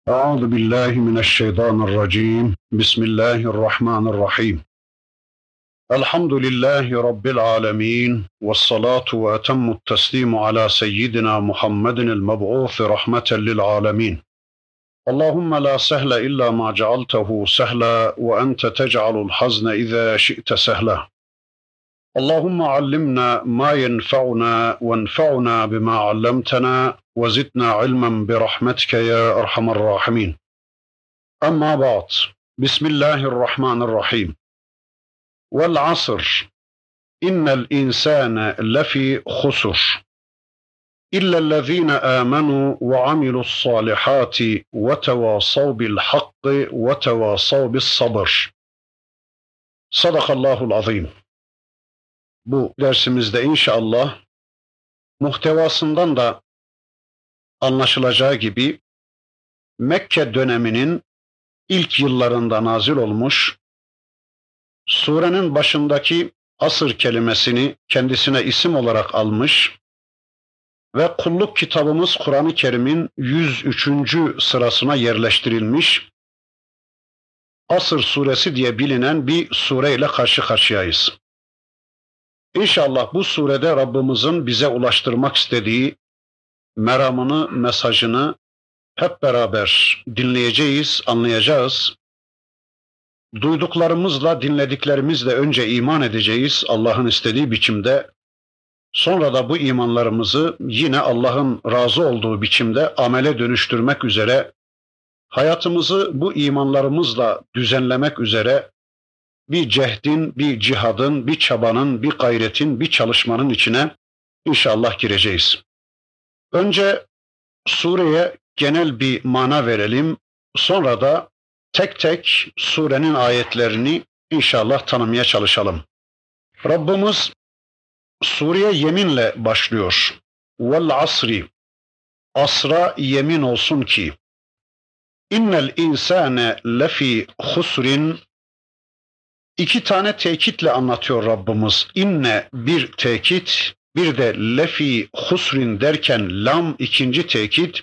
أعوذ بالله من الشيطان الرجيم بسم الله الرحمن الرحيم الحمد لله رب العالمين والصلاة وأتم التسليم على سيدنا محمد المبعوث رحمة للعالمين اللهم لا سهل إلا ما جعلته سهلا وأنت تجعل الحزن إذا شئت سهلا اللهم علمنا ما ينفعنا وانفعنا بما علمتنا وزدنا علما برحمتك يا أرحم الراحمين أما بعد بسم الله الرحمن الرحيم والعصر إن الإنسان لفي خسر إلا الذين آمنوا وعملوا الصالحات وتواصوا بالحق وتواصوا بالصبر. Sadakallahul azim. Bu dersimizde inşallah muhtevasından da anlaşılacağı gibi Mekke döneminin ilk yıllarında nazil olmuş, surenin başındaki asır kelimesini kendisine isim olarak almış ve kulluk kitabımız Kur'an-ı Kerim'in 103. sırasına yerleştirilmiş Asır suresi diye bilinen bir sureyle karşı karşıyayız. İnşallah bu surede Rabbimizin bize ulaştırmak istediği meramını, mesajını hep beraber dinleyeceğiz, anlayacağız. Duyduklarımızla, dinlediklerimizle önce iman edeceğiz Allah'ın istediği biçimde. Sonra da bu imanlarımızı yine Allah'ın razı olduğu biçimde amele dönüştürmek üzere, hayatımızı bu imanlarımızla düzenlemek üzere bir cehdin, bir cihadın, bir çabanın, bir gayretin, bir çalışmanın içine inşallah gireceğiz. Önce sureye genel bir mana verelim. Sonra da tek tek surenin ayetlerini inşallah tanımaya çalışalım. Rabbimiz sureye yeminle başlıyor. Vel asri. Asra yemin olsun ki innel insane lefi husrin. İki tane tekitle anlatıyor Rabbimiz. İnne bir tekit, bir de lefi husrin derken lam ikinci tekit.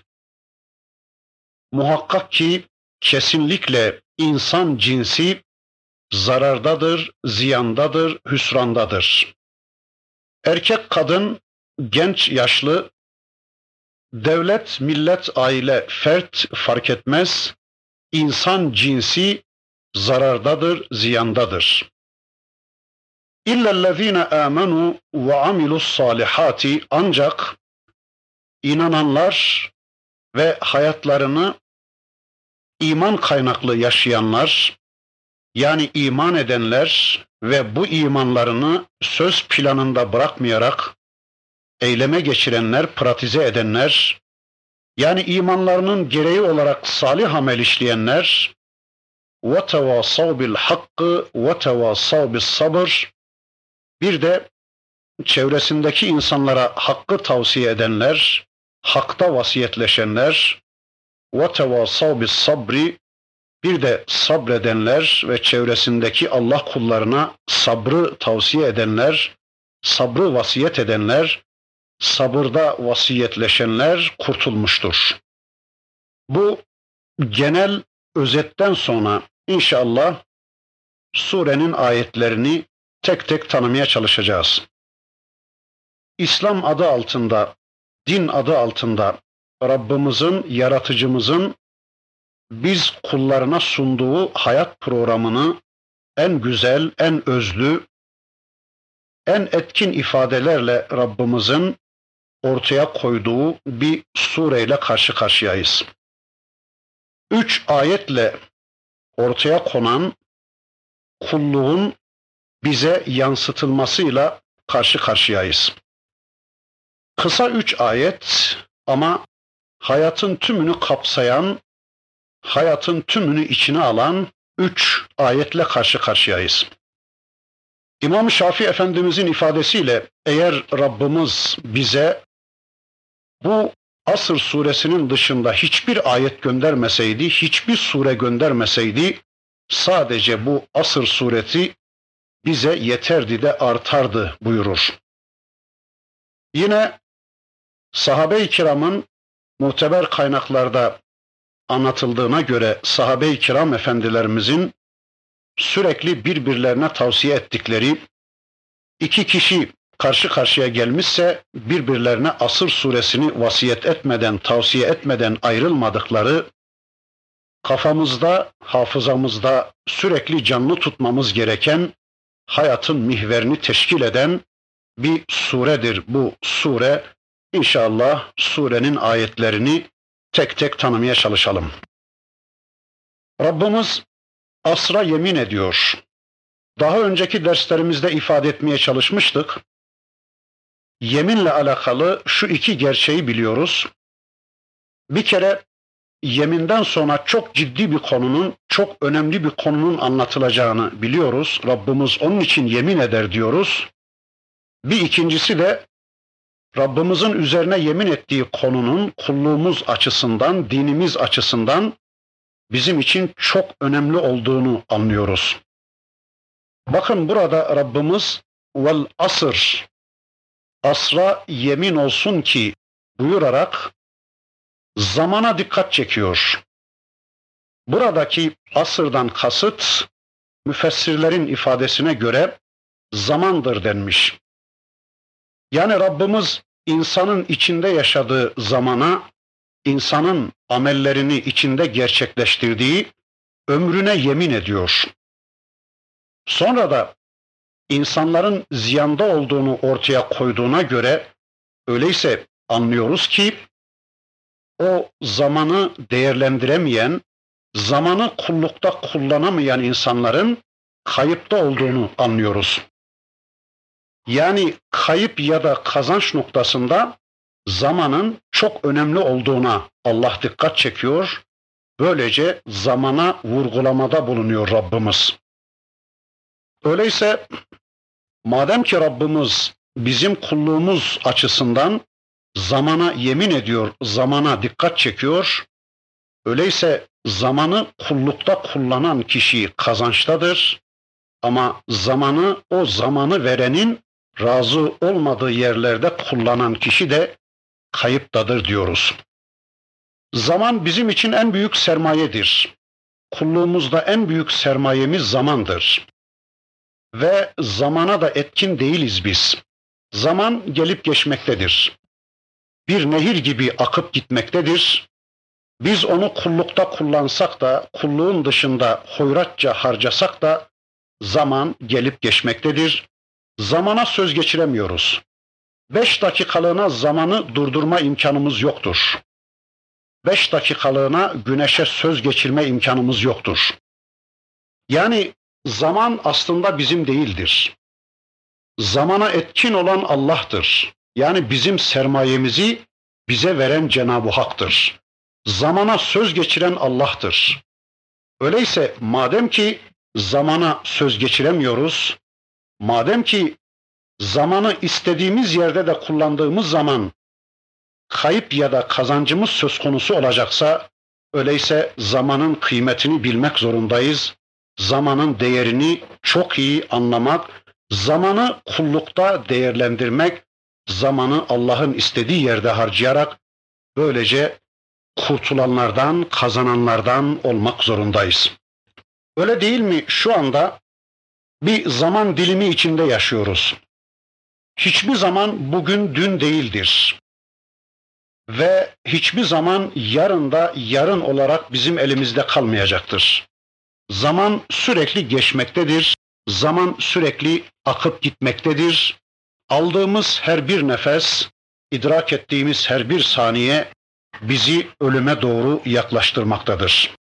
Muhakkak ki kesinlikle insan cinsi zarardadır, ziyandadır, hüsrandadır. Erkek, kadın, genç, yaşlı, devlet, millet, aile, fert fark etmez. İnsan cinsi zarardadır, ziyandadır. İllellezine amenu ve amilus salihati, ancak inananlar ve hayatlarını iman kaynaklı yaşayanlar, yani iman edenler ve bu imanlarını söz planında bırakmayarak eyleme geçirenler, pratize edenler, yani imanlarının gereği olarak salih amel işleyenler, وَتَوَاصَوْا بِالْحَقِّ وَتَوَاصَوْا بِالصَّبْرِ, bir de çevresindeki insanlara hakkı tavsiye edenler, hakta vasiyetleşenler, وَتَوَاصَوْا بِالصَّبْرِ, bir de sabredenler ve çevresindeki Allah kullarına sabrı tavsiye edenler, sabrı vasiyet edenler, sabırda vasiyetleşenler kurtulmuştur. Bu genel özetten sonra inşallah surenin ayetlerini tek tek tanımaya çalışacağız. İslam adı altında, din adı altında Rabbimizin, yaratıcımızın biz kullarına sunduğu hayat programını en güzel, en özlü, en etkin ifadelerle Rabbimizin ortaya koyduğu bir sureyle karşı karşıyayız. 3 ayetle ortaya konan kulluğun bize yansıtılmasıyla karşı karşıyayız. Kısa 3 ayet ama hayatın tümünü kapsayan, hayatın tümünü içine alan 3 ayetle karşı karşıyayız. İmam Şafii Efendimizin ifadesiyle eğer Rabbimiz bize bu Asr suresinin dışında hiçbir ayet göndermeseydi, hiçbir sure göndermeseydi, sadece bu Asr suresi bize yeterdi de artardı buyurur. Yine sahabe-i kiramın muteber kaynaklarda anlatıldığına göre sahabe-i kiram efendilerimizin sürekli birbirlerine tavsiye ettikleri, iki kişi karşı karşıya gelmişse birbirlerine Asır suresini vasiyet etmeden, tavsiye etmeden ayrılmadıkları, kafamızda, hafızamızda sürekli canlı tutmamız gereken, hayatın mihverini teşkil eden bir suredir bu sure. İnşallah surenin ayetlerini tek tek tanımaya çalışalım. Rabbimiz asra yemin ediyor. Daha önceki derslerimizde ifade etmeye çalışmıştık. Yeminle alakalı şu iki gerçeği biliyoruz. Bir kere yeminden sonra çok ciddi bir konunun, çok önemli bir konunun anlatılacağını biliyoruz. Rabbimiz onun için yemin eder diyoruz. Bir ikincisi de Rabbimizin üzerine yemin ettiği konunun kulluğumuz açısından, dinimiz açısından bizim için çok önemli olduğunu anlıyoruz. Bakın burada Rabbimiz vel asr, asra yemin olsun ki buyurarak zamana dikkat çekiyor. Buradaki asırdan kasıt müfessirlerin ifadesine göre zamandır denmiş. Yani Rabbimiz insanın içinde yaşadığı zamana, insanın amellerini içinde gerçekleştirdiği ömrüne yemin ediyor. Sonra da insanların ziyanda olduğunu ortaya koyduğuna göre öyleyse anlıyoruz ki o zamanı değerlendiremeyen, zamanı kullukta kullanamayan insanların kayıpta olduğunu anlıyoruz. Yani kayıp ya da kazanç noktasında zamanın çok önemli olduğuna Allah dikkat çekiyor. Böylece zamana vurgulamada bulunuyor Rabbimiz. Öyleyse madem ki Rabbimiz bizim kulluğumuz açısından zamana yemin ediyor, zamana dikkat çekiyor, öyleyse zamanı kullukta kullanan kişi kazançtadır ama o zamanı verenin razı olmadığı yerlerde kullanan kişi de kayıptadır diyoruz. Zaman bizim için en büyük sermayedir. Kulluğumuzda en büyük sermayemiz zamandır. Ve zamana da etkin değiliz biz. Zaman gelip geçmektedir. Bir nehir gibi akıp gitmektedir. Biz onu kullukta kullansak da, kulluğun dışında hoyratça harcasak da zaman gelip geçmektedir. Zamana söz geçiremiyoruz. 5 dakikalığına zamanı durdurma imkanımız yoktur. 5 dakikalığına güneşe söz geçirme imkanımız yoktur. Yani zaman aslında bizim değildir. Zamana etkin olan Allah'tır. Yani bizim sermayemizi bize veren Cenab-ı Hak'tır. Zamana söz geçiren Allah'tır. Öyleyse madem ki zamana söz geçiremiyoruz, madem ki zamanı istediğimiz yerde de kullandığımız zaman kayıp ya da kazancımız söz konusu olacaksa, öyleyse zamanın kıymetini bilmek zorundayız. Zamanın değerini çok iyi anlamak, zamanı kullukta değerlendirmek, zamanı Allah'ın istediği yerde harcayarak böylece kurtulanlardan, kazananlardan olmak zorundayız. Öyle değil mi? Şu anda bir zaman dilimi içinde yaşıyoruz. Hiçbir zaman bugün dün değildir. Ve hiçbir zaman yarın da yarın olarak bizim elimizde kalmayacaktır. Zaman sürekli geçmektedir. Zaman sürekli akıp gitmektedir. Aldığımız her bir nefes, idrak ettiğimiz her bir saniye bizi ölüme doğru yaklaştırmaktadır.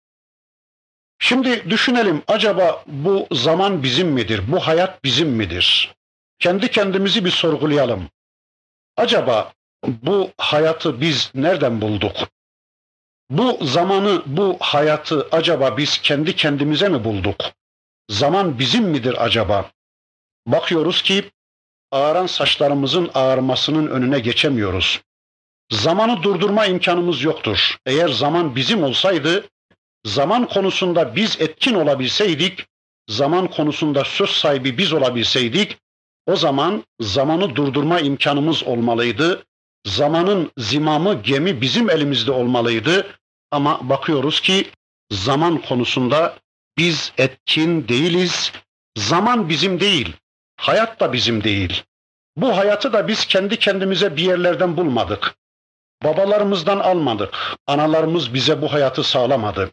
Şimdi düşünelim, acaba bu zaman bizim midir? Bu hayat bizim midir? Kendi kendimizi bir sorgulayalım. Acaba bu hayatı biz nereden bulduk? Bu zamanı, bu hayatı acaba biz kendi kendimize mi bulduk? Zaman bizim midir acaba? Bakıyoruz ki ağaran saçlarımızın ağarmasının önüne geçemiyoruz. Zamanı durdurma imkanımız yoktur. Eğer zaman bizim olsaydı, zaman konusunda biz etkin olabilseydik, zaman konusunda söz sahibi biz olabilseydik, o zaman zamanı durdurma imkanımız olmalıydı. Zamanın zimamı, gemi bizim elimizde olmalıydı. Ama bakıyoruz ki zaman konusunda biz etkin değiliz. Zaman bizim değil, hayat da bizim değil. Bu hayatı da biz kendi kendimize bir yerlerden bulmadık. Babalarımızdan almadık. Analarımız bize bu hayatı sağlamadı.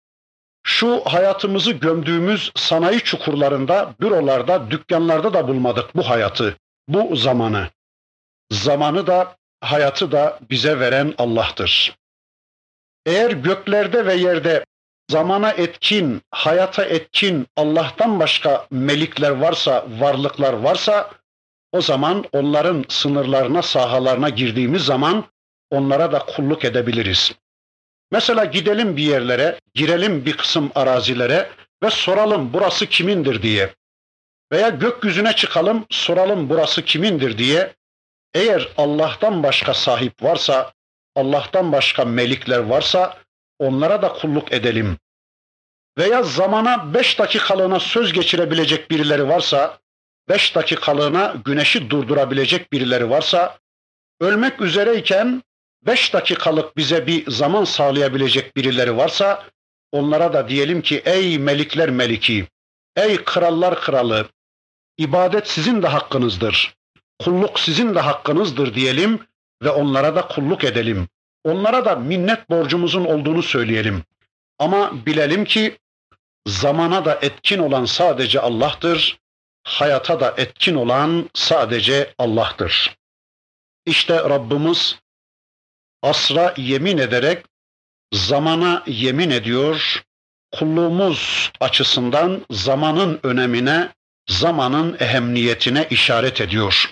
Şu hayatımızı gömdüğümüz sanayi çukurlarında, bürolarda, dükkanlarda da bulmadık bu hayatı, bu zamanı. Zamanı da, hayatı da bize veren Allah'tır. Eğer göklerde ve yerde zamana etkin, hayata etkin Allah'tan başka melikler varsa, varlıklar varsa, o zaman onların sınırlarına, sahalarına girdiğimiz zaman onlara da kulluk edebiliriz. Mesela gidelim bir yerlere, girelim bir kısım arazilere ve soralım burası kimindir diye. Veya gökyüzüne çıkalım, soralım burası kimindir diye. Eğer Allah'tan başka sahip varsa, Allah'tan başka melikler varsa onlara da kulluk edelim. Veya zamana 5 dakikalığına söz geçirebilecek birileri varsa, 5 dakikalığına güneşi durdurabilecek birileri varsa, ölmek üzereyken 5 dakikalık bize bir zaman sağlayabilecek birileri varsa, onlara da diyelim ki ey melikler meliki, ey krallar kralı, ibadet sizin de hakkınızdır, kulluk sizin de hakkınızdır diyelim ve onlara da kulluk edelim. Onlara da minnet borcumuzun olduğunu söyleyelim. Ama bilelim ki zamana da etkin olan sadece Allah'tır, hayata da etkin olan sadece Allah'tır. İşte Rabbimiz asra yemin ederek zamana yemin ediyor, kulluğumuz açısından zamanın önemine, zamanın ehemmiyetine işaret ediyor.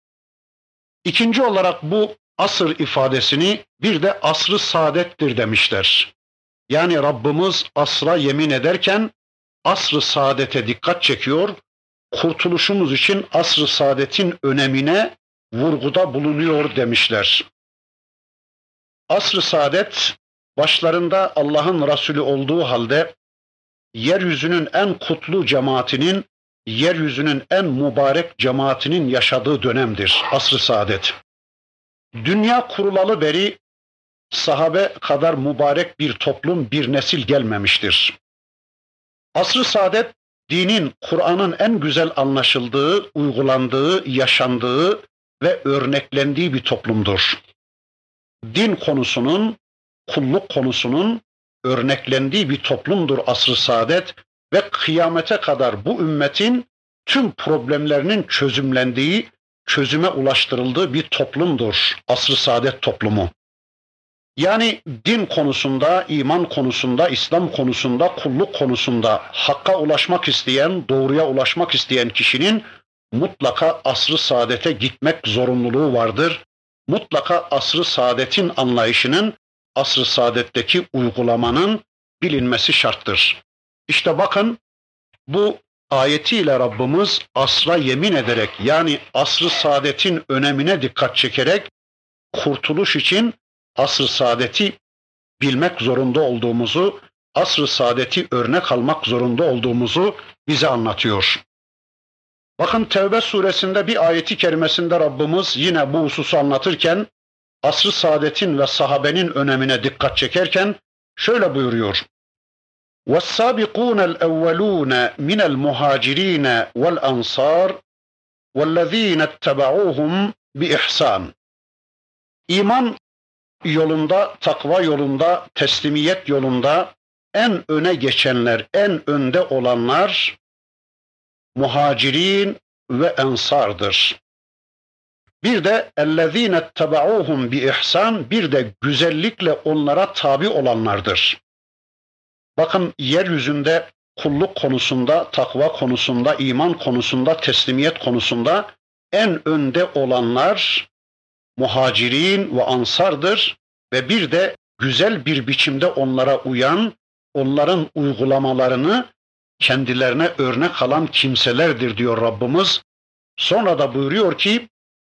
İkinci olarak bu asır ifadesini bir de asr-ı saadettir demişler. Yani Rabbimiz asra yemin ederken asr-ı saadete dikkat çekiyor, kurtuluşumuz için asr-ı saadetin önemine vurguda bulunuyor demişler. Asr-ı saadet başlarında Allah'ın Resulü olduğu halde yeryüzünün en kutlu cemaatinin, yeryüzünün en mübarek cemaatinin yaşadığı dönemdir asr-ı saadet. Dünya kurulalı beri sahabe kadar mübarek bir toplum, bir nesil gelmemiştir. Asr-ı saadet dinin, Kur'an'ın en güzel anlaşıldığı, uygulandığı, yaşandığı ve örneklendiği bir toplumdur. Din konusunun, kulluk konusunun örneklendiği bir toplumdur asr-ı saadet ve kıyamete kadar bu ümmetin tüm problemlerinin çözümlendiği, çözüme ulaştırıldığı bir toplumdur asr-ı saadet toplumu. Yani din konusunda, iman konusunda, İslam konusunda, kulluk konusunda hakka ulaşmak isteyen, doğruya ulaşmak isteyen kişinin mutlaka asr-ı saadete gitmek zorunluluğu vardır. Mutlaka asr-ı saadetin anlayışının, asr-ı saadetteki uygulamanın bilinmesi şarttır. İşte bakın bu ayetiyle Rabbimiz asra yemin ederek yani asr-ı saadetin önemine dikkat çekerek kurtuluş için asr-ı saadeti bilmek zorunda olduğumuzu, asr-ı saadeti örnek almak zorunda olduğumuzu bize anlatıyor. Bakın Tevbe suresinde bir ayeti kerimesinde Rabbimiz yine bu hususu anlatırken asr-ı saadetin ve sahabenin önemine dikkat çekerken şöyle buyuruyor. وَالسَّابِقُونَ الْاَوَّلُونَ مِنَ الْمُهَاجِرِينَ وَالْاَنْصَارِ وَالَّذ۪ينَ اتَّبَعُوهُمْ بِإِحْسَانٍ. İman yolunda, takva yolunda, teslimiyet yolunda en öne geçenler, en önde olanlar muhacirin ve ensardır. Bir de ellezîne ettebe'ûhum bi ihsan, bir de güzellikle onlara tabi olanlardır. Bakın yeryüzünde kulluk konusunda, takva konusunda, iman konusunda, teslimiyet konusunda en önde olanlar muhacirin ve ansardır ve bir de güzel bir biçimde onlara uyan, onların uygulamalarını kendilerine örnek alan kimselerdir diyor Rabbimiz. Sonra da buyuruyor ki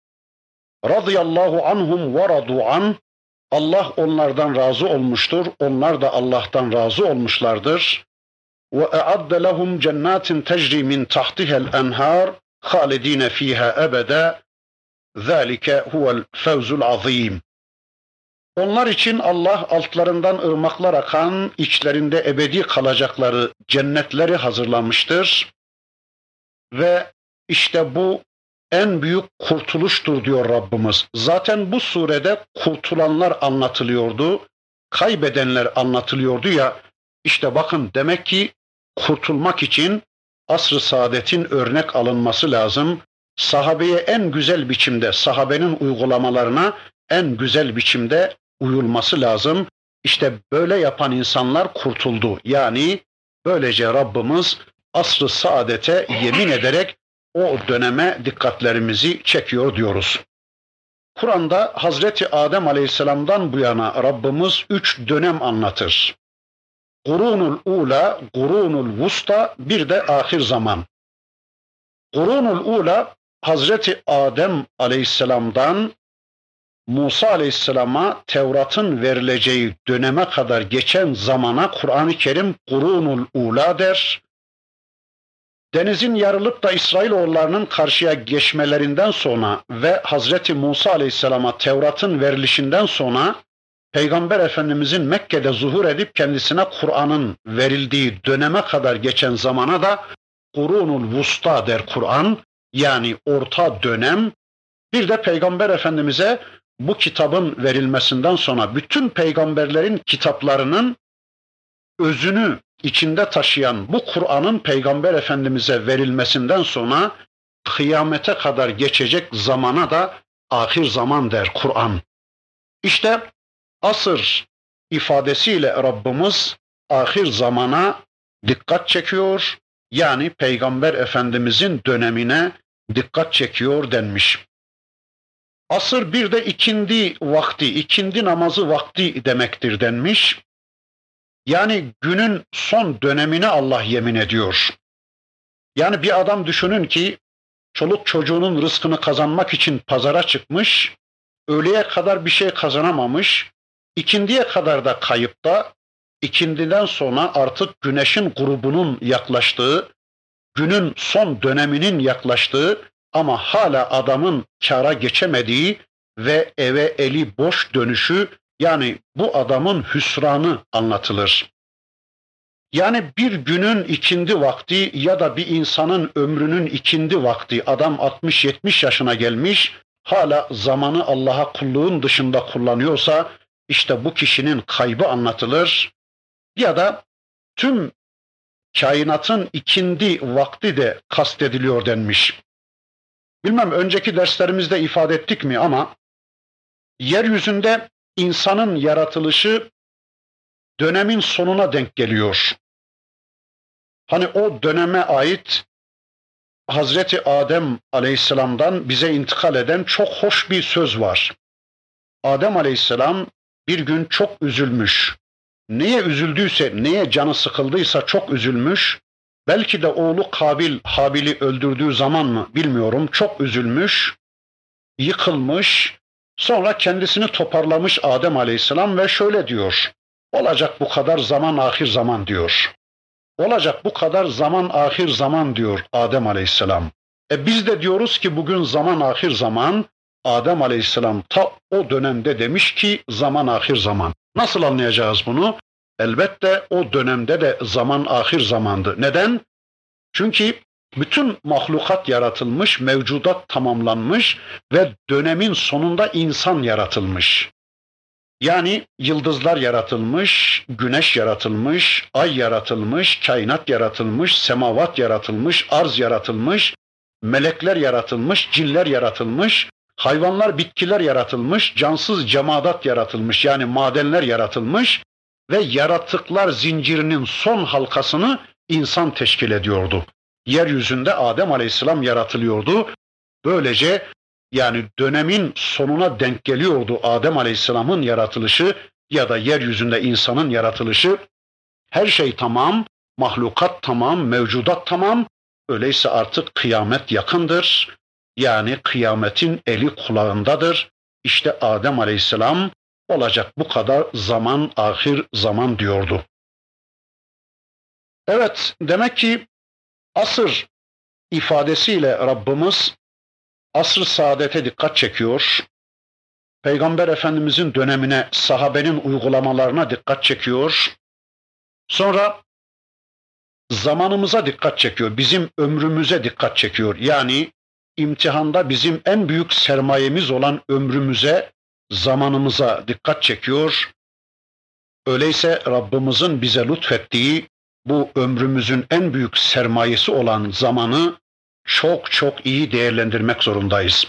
radıyallahu anhum ve radu an, Allah onlardan razı olmuştur, onlar da Allah'tan razı olmuşlardır. Ve e'adde lehum cennetin tecri min tahtiha'l enhar halidine fiha ebede. Zalike huvel fevzul azim. Onlar için Allah altlarından ırmaklar akan, içlerinde ebedi kalacakları cennetleri hazırlamıştır. Ve işte bu en büyük kurtuluştur diyor Rabbimiz. Zaten bu surede kurtulanlar anlatılıyordu, kaybedenler anlatılıyordu ya. İşte bakın demek ki kurtulmak için asr-ı saadetin örnek alınması lazım. Sahabeye en güzel biçimde, sahabenin uygulamalarına en güzel biçimde uyulması lazım. İşte böyle yapan insanlar kurtuldu. Yani böylece Rabbimiz asr-ı saadete yemin ederek o döneme dikkatlerimizi çekiyor diyoruz. Kur'an'da Hazreti Adem Aleyhisselam'dan bu yana Rabbimiz 3 dönem anlatır. Kurunul ula, kurunul vusta, bir de ahir zaman. Kurunul ula Hazreti Adem Aleyhisselam'dan Musa Aleyhisselam'a Tevrat'ın verileceği döneme kadar geçen zamana Kur'an-ı Kerim kurunul ula der. Denizin yarılıp da İsrailoğullarının karşıya geçmelerinden sonra ve Hazreti Musa Aleyhisselam'a Tevrat'ın verilişinden sonra Peygamber Efendimizin Mekke'de zuhur edip kendisine Kur'an'ın verildiği döneme kadar geçen zamana da Kurunul Vusta der Kur'an, yani orta dönem. Bir de Peygamber Efendimiz'e bu kitabın verilmesinden sonra bütün peygamberlerin kitaplarının özünü içinde taşıyan bu Kur'an'ın Peygamber Efendimiz'e verilmesinden sonra kıyamete kadar geçecek zamana da ahir zaman der Kur'an. İşte asır ifadesiyle Rabbimiz ahir zamana dikkat çekiyor. Yani Peygamber Efendimiz'in dönemine dikkat çekiyor denmiş. Asır bir de ikindi vakti, ikindi namazı vakti demektir denmiş. Yani günün son dönemine Allah yemin ediyor. Yani bir adam düşünün ki çoluk çocuğunun rızkını kazanmak için pazara çıkmış, öğleye kadar bir şey kazanamamış, ikindiye kadar da kayıpta, ikindiden sonra artık güneşin grubunun yaklaştığı, günün son döneminin yaklaştığı ama hala adamın kâra geçemediği ve eve eli boş dönüşü, yani bu adamın hüsranı anlatılır. Yani bir günün ikindi vakti ya da bir insanın ömrünün ikindi vakti, adam 60-70 yaşına gelmiş, hala zamanı Allah'a kulluğun dışında kullanıyorsa, işte bu kişinin kaybı anlatılır. Ya da tüm kainatın ikindi vakti de kastediliyor denmiş. Bilmem önceki derslerimizde ifade ettik mi ama yeryüzünde insanın yaratılışı dönemin sonuna denk geliyor. Hani o döneme ait Hazreti Adem Aleyhisselam'dan bize intikal eden çok hoş bir söz var. Adem Aleyhisselam bir gün çok üzülmüş. Neye üzüldüyse, neye canı sıkıldıysa çok üzülmüş. Belki de oğlu Kabil, Habil'i öldürdüğü zaman mı bilmiyorum, çok üzülmüş, yıkılmış. Sonra kendisini toparlamış Adem Aleyhisselam ve şöyle diyor. Olacak bu kadar zaman ahir zaman diyor. Olacak bu kadar zaman ahir zaman diyor Adem Aleyhisselam. Biz de diyoruz ki bugün zaman ahir zaman, Adem Aleyhisselam ta o dönemde demiş ki zaman ahir zaman. Nasıl anlayacağız bunu? Elbette o dönemde de zaman ahir zamandı. Neden? Çünkü bütün mahlukat yaratılmış, mevcudat tamamlanmış ve dönemin sonunda insan yaratılmış. Yani yıldızlar yaratılmış, güneş yaratılmış, ay yaratılmış, kainat yaratılmış, semavat yaratılmış, arz yaratılmış, melekler yaratılmış, cinler yaratılmış, hayvanlar, bitkiler yaratılmış, cansız cemadat yaratılmış, yani madenler yaratılmış ve yaratıklar zincirinin son halkasını insan teşkil ediyordu. Yeryüzünde Adem Aleyhisselam yaratılıyordu. Böylece yani dönemin sonuna denk geliyordu Adem Aleyhisselam'ın yaratılışı ya da yeryüzünde insanın yaratılışı. Her şey tamam, mahlukat tamam, mevcudat tamam. Öyleyse artık kıyamet yakındır. Yani kıyametin eli kulağındadır. İşte Adem Aleyhisselam olacak bu kadar zaman ahir zaman diyordu. Evet, demek ki asır ifadesiyle Rabbimiz asr-ı saadete dikkat çekiyor. Peygamber Efendimizin dönemine, sahabenin uygulamalarına dikkat çekiyor. Sonra zamanımıza dikkat çekiyor, bizim ömrümüze dikkat çekiyor. Yani imtihanda bizim en büyük sermayemiz olan ömrümüze, zamanımıza dikkat çekiyor. Öyleyse Rabbimizin bize lütfettiği bu ömrümüzün en büyük sermayesi olan zamanı çok çok iyi değerlendirmek zorundayız.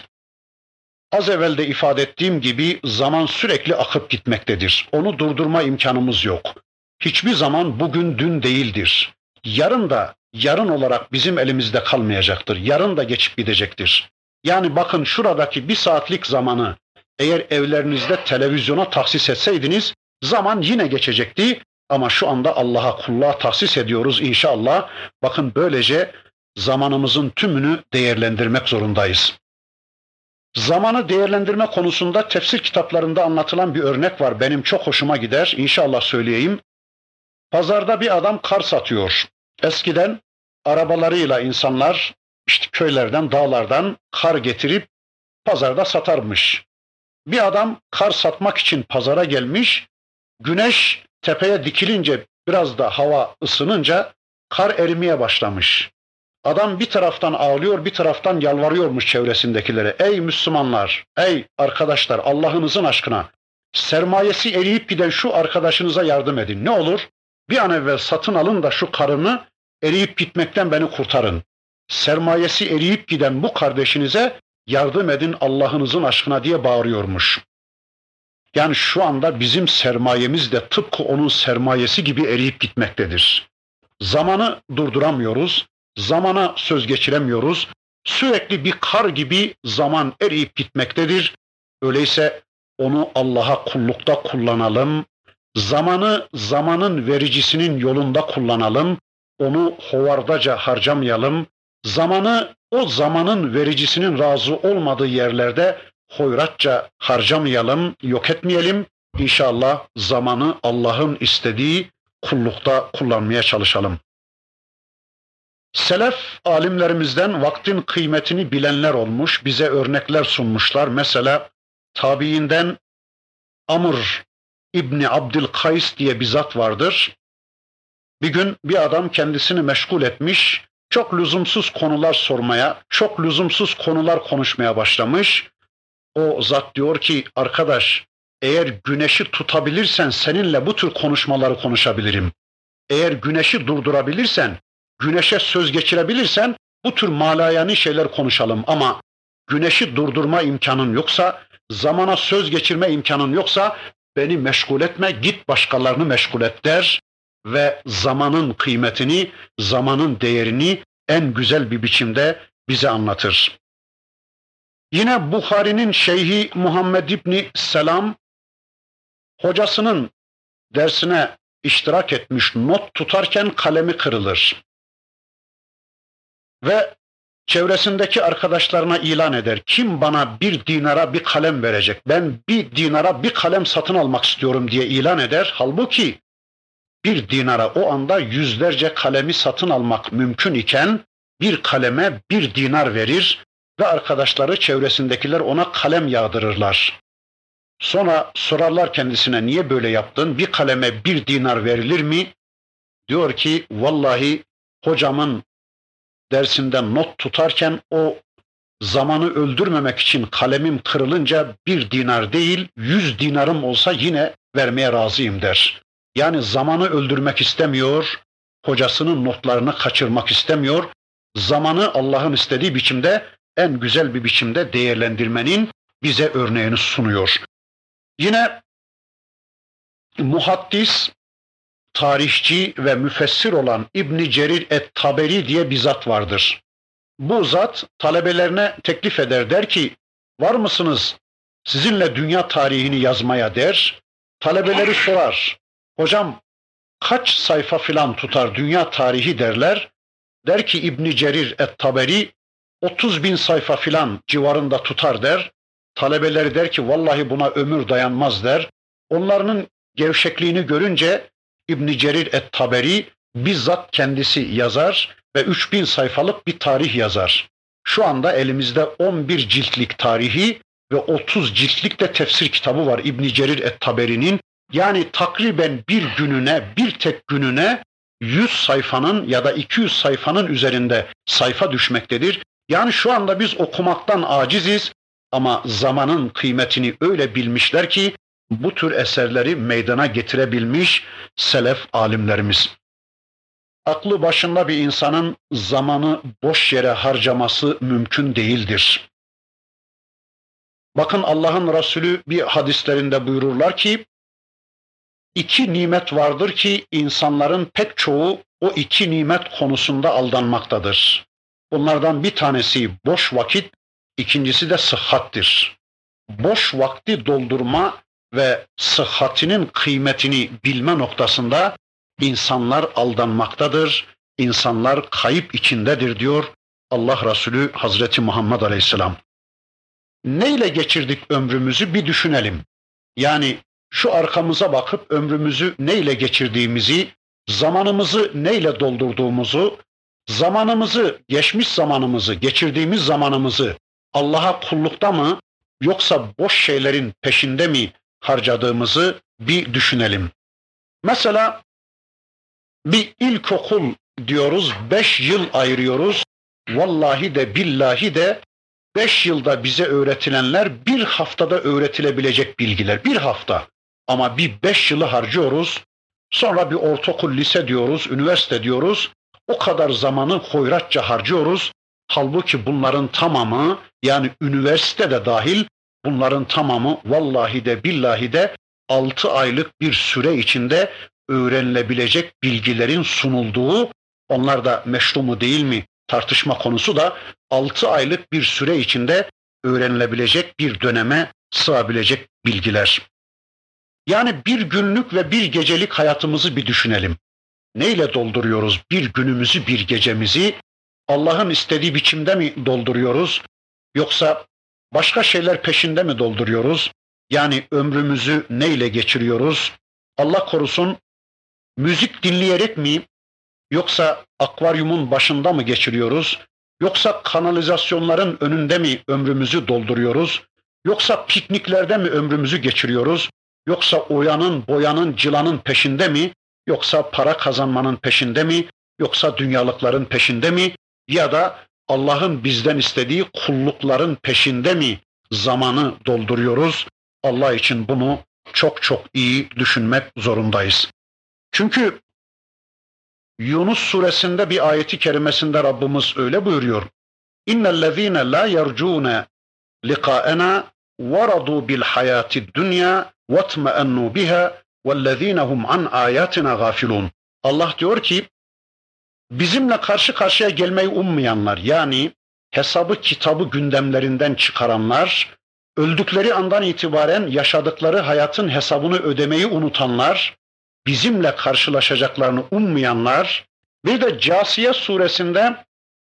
Az evvel de ifade ettiğim gibi zaman sürekli akıp gitmektedir. Onu durdurma imkanımız yok. Hiçbir zaman bugün dün değildir. Yarın da yarın olarak bizim elimizde kalmayacaktır. Yarın da geçip gidecektir. Yani bakın şuradaki 1 saatlik zamanı eğer evlerinizde televizyona tahsis etseydiniz zaman yine geçecekti. Ama şu anda Allah'a kulluğa tahsis ediyoruz inşallah. Bakın böylece zamanımızın tümünü değerlendirmek zorundayız. Zamanı değerlendirme konusunda tefsir kitaplarında anlatılan bir örnek var. Benim çok hoşuma gider. İnşallah söyleyeyim. Pazarda bir adam kar satıyor. Eskiden arabalarıyla insanlar işte köylerden, dağlardan kar getirip pazarda satarmış. Bir adam kar satmak için pazara gelmiş. Güneş tepeye dikilince biraz da hava ısınınca kar erimeye başlamış. Adam bir taraftan ağlıyor, bir taraftan yalvarıyormuş çevresindekilere. Ey Müslümanlar, ey arkadaşlar Allah'ınızın aşkına sermayesi eriyip giden şu arkadaşınıza yardım edin. Ne olur? Bir an evvel satın alın da şu karını eriyip gitmekten beni kurtarın. Sermayesi eriyip giden bu kardeşinize yardım edin Allah'ınızın aşkına diye bağırıyormuş. Yani şu anda bizim sermayemiz de tıpkı onun sermayesi gibi eriyip gitmektedir. Zamanı durduramıyoruz, zamana söz geçiremiyoruz. Sürekli bir kar gibi zaman eriyip gitmektedir. Öyleyse onu Allah'a kullukta kullanalım. Zamanı zamanın vericisinin yolunda kullanalım. Onu hovardaca harcamayalım. Zamanı o zamanın vericisinin razı olmadığı yerlerde hoyratça harcamayalım, yok etmeyelim. İnşallah zamanı Allah'ın istediği kullukta kullanmaya çalışalım. Selef alimlerimizden vaktin kıymetini bilenler olmuş, bize örnekler sunmuşlar. Mesela tabiinden Amr İbni Abdülkays diye bir zat vardır. Bir gün bir adam kendisini meşgul etmiş, çok lüzumsuz konular sormaya, çok lüzumsuz konular konuşmaya başlamış. O zat diyor ki, arkadaş eğer güneşi tutabilirsen seninle bu tür konuşmaları konuşabilirim. Eğer güneşi durdurabilirsen, güneşe söz geçirebilirsen bu tür malayani şeyler konuşalım. Ama güneşi durdurma imkanın yoksa, zamana söz geçirme imkanın yoksa beni meşgul etme, git başkalarını meşgul et der ve zamanın kıymetini, zamanın değerini en güzel bir biçimde bize anlatır. Yine Buhari'nin Şeyhi Muhammed İbni Selam hocasının dersine iştirak etmiş, not tutarken kalemi kırılır. Ve çevresindeki arkadaşlarına ilan eder. Kim bana 1 dinara bir kalem verecek? Ben 1 dinara bir kalem satın almak istiyorum diye ilan eder. Halbuki 1 dinara o anda yüzlerce kalemi satın almak mümkün iken bir kaleme 1 dinar verir ve arkadaşları çevresindekiler ona kalem yağdırırlar. Sonra sorarlar kendisine, niye böyle yaptın? Bir kaleme 1 dinar verilir mi? Diyor ki vallahi hocamın dersinden not tutarken o zamanı öldürmemek için kalemim kırılınca 1 dinar değil 100 dinarım olsa yine vermeye razıyım der. Yani zamanı öldürmek istemiyor, hocasının notlarını kaçırmak istemiyor. Zamanı Allah'ın istediği biçimde, en güzel bir biçimde değerlendirmenin bize örneğini sunuyor. Yine muhaddis, tarihçi ve müfessir olan İbn Cerir et-Taberi diye bir zat vardır. Bu zat talebelerine teklif eder, der ki var mısınız sizinle dünya tarihini yazmaya der. Talebeleri sorar, hocam kaç sayfa filan tutar dünya tarihi derler. Der ki İbn Cerir et-Taberi 30.000 sayfa filan civarında tutar der. Talebeleri der ki vallahi buna ömür dayanmaz der. Onların gevşekliğini görünce İbn Cerir et-Taberi bizzat kendisi yazar ve 3000 sayfalık bir tarih yazar. Şu anda elimizde 11 ciltlik tarihi ve 30 ciltlik de tefsir kitabı var İbn Cerir et-Taberi'nin. Yani takriben bir gününe, bir tek gününe 100 sayfanın ya da 200 sayfanın üzerinde sayfa düşmektedir. Yani şu anda biz okumaktan aciziz ama zamanın kıymetini öyle bilmişler ki bu tür eserleri meydana getirebilmiş selef alimlerimiz. Aklı başında bir insanın zamanı boş yere harcaması mümkün değildir. Bakın Allah'ın Resulü bir hadislerinde buyururlar ki, iki nimet vardır ki insanların pek çoğu o iki nimet konusunda aldanmaktadır. Bunlardan bir tanesi boş vakit, ikincisi de sıhhattir. Boş vakti doldurma ve sıhhatinin kıymetini bilme noktasında insanlar aldanmaktadır, insanlar kayıp içindedir diyor Allah Resulü Hazreti Muhammed Aleyhisselam. Neyle geçirdik ömrümüzü bir düşünelim. Yani şu arkamıza bakıp ömrümüzü neyle geçirdiğimizi, zamanımızı neyle doldurduğumuzu, zamanımızı, geçmiş zamanımızı, geçirdiğimiz zamanımızı Allah'a kullukta mı yoksa boş şeylerin peşinde mi harcadığımızı bir düşünelim. Mesela bir ilkokul diyoruz, 5 yıl ayırıyoruz. Vallahi de billahi de 5 yılda bize öğretilenler bir haftada öğretilebilecek bilgiler. Bir hafta. Ama bir 5 yılı harcıyoruz. Sonra bir ortaokul, lise diyoruz, üniversite diyoruz. O kadar zamanı hoyratça harcıyoruz. Halbuki bunların tamamı, yani üniversite de dahil, bunların tamamı vallahi de billahi de 6 aylık bir süre içinde öğrenilebilecek bilgilerin sunulduğu, onlar da meşru mu değil mi tartışma konusu da 6 aylık bir süre içinde öğrenilebilecek bir döneme sığabilecek bilgiler. Yani bir günlük ve bir gecelik hayatımızı bir düşünelim. Neyle dolduruyoruz bir günümüzü, bir gecemizi? Allah'ın istediği biçimde mi dolduruyoruz? Yoksa başka şeyler peşinde mi dolduruyoruz? Yani ömrümüzü neyle geçiriyoruz? Allah korusun, müzik dinleyerek mi? Yoksa akvaryumun başında mı geçiriyoruz? Yoksa kanalizasyonların önünde mi ömrümüzü dolduruyoruz? Yoksa pikniklerde mi ömrümüzü geçiriyoruz? Yoksa oyanın, boyanın, cılanın peşinde mi? Yoksa para kazanmanın peşinde mi? Yoksa dünyalıkların peşinde mi? Ya da Allah'ın bizden istediği kullukların peşinde mi zamanı dolduruyoruz? Allah için bunu çok çok iyi düşünmek zorundayız. Çünkü Yunus suresinde bir ayeti kerimesinde Rabbimiz öyle buyuruyor. İnnellezîne lâ yercûne liqâena veradû bil hayâtid dünya vetmeennû biha vellezîne hum an âyâtina gâfilûn. Allah diyor ki, bizimle karşı karşıya gelmeyi ummayanlar, yani hesabı kitabı gündemlerinden çıkaranlar, öldükleri andan itibaren yaşadıkları hayatın hesabını ödemeyi unutanlar, bizimle karşılaşacaklarını ummayanlar, bir de Câsiye suresinde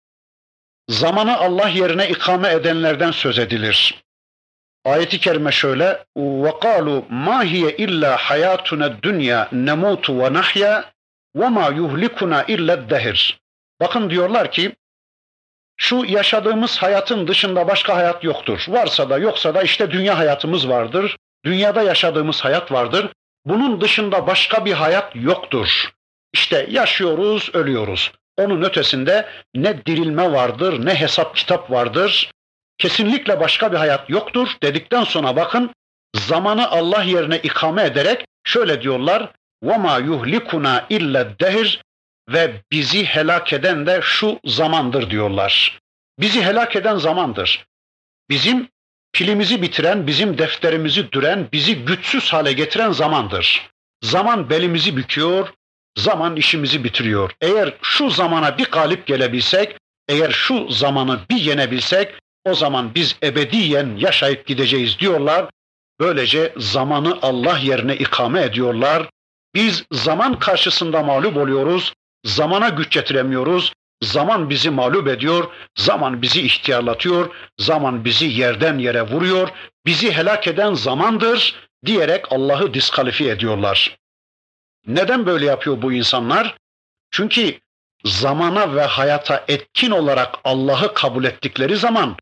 zamanı Allah yerine ikame edenlerden söz edilir. Ayet-i kerime şöyle: وَقَالُوا مَا هِيَ إِلَّا حَيَاتُنَا الدُّنْيَا نَمُوتُ وَنَحْيَا وَمَا يُهْلِكُنَا إِلَّا الدَّهِرِ. Bakın diyorlar ki, şu yaşadığımız hayatın dışında başka hayat yoktur. Varsa da yoksa da işte dünya hayatımız vardır. Dünyada yaşadığımız hayat vardır. Bunun dışında başka bir hayat yoktur. İşte yaşıyoruz, ölüyoruz. Onun ötesinde ne dirilme vardır, ne hesap kitap vardır. Kesinlikle başka bir hayat yoktur dedikten sonra bakın, zamanı Allah yerine ikame ederek şöyle diyorlar: وَمَا يُهْلِكُنَا اِلَّا الدَّهِرِ, ve bizi helak eden de şu zamandır diyorlar. Bizi helak eden zamandır. Bizim pilimizi bitiren, bizim defterimizi düren, bizi güçsüz hale getiren zamandır. Zaman belimizi büküyor, zaman işimizi bitiriyor. Eğer şu zamana bir galip gelebilsek, eğer şu zamanı bir yenebilsek, o zaman biz ebediyen yaşayıp gideceğiz diyorlar. Böylece zamanı Allah yerine ikame ediyorlar. Biz zaman karşısında mağlup oluyoruz, zamana güç getiremiyoruz. Zaman bizi mağlup ediyor, zaman bizi ihtiyarlatıyor, zaman bizi yerden yere vuruyor, bizi helak eden zamandır diyerek Allah'ı diskalifiye ediyorlar. Neden böyle yapıyor bu insanlar? Çünkü zamana ve hayata etkin olarak Allah'ı kabul ettikleri zaman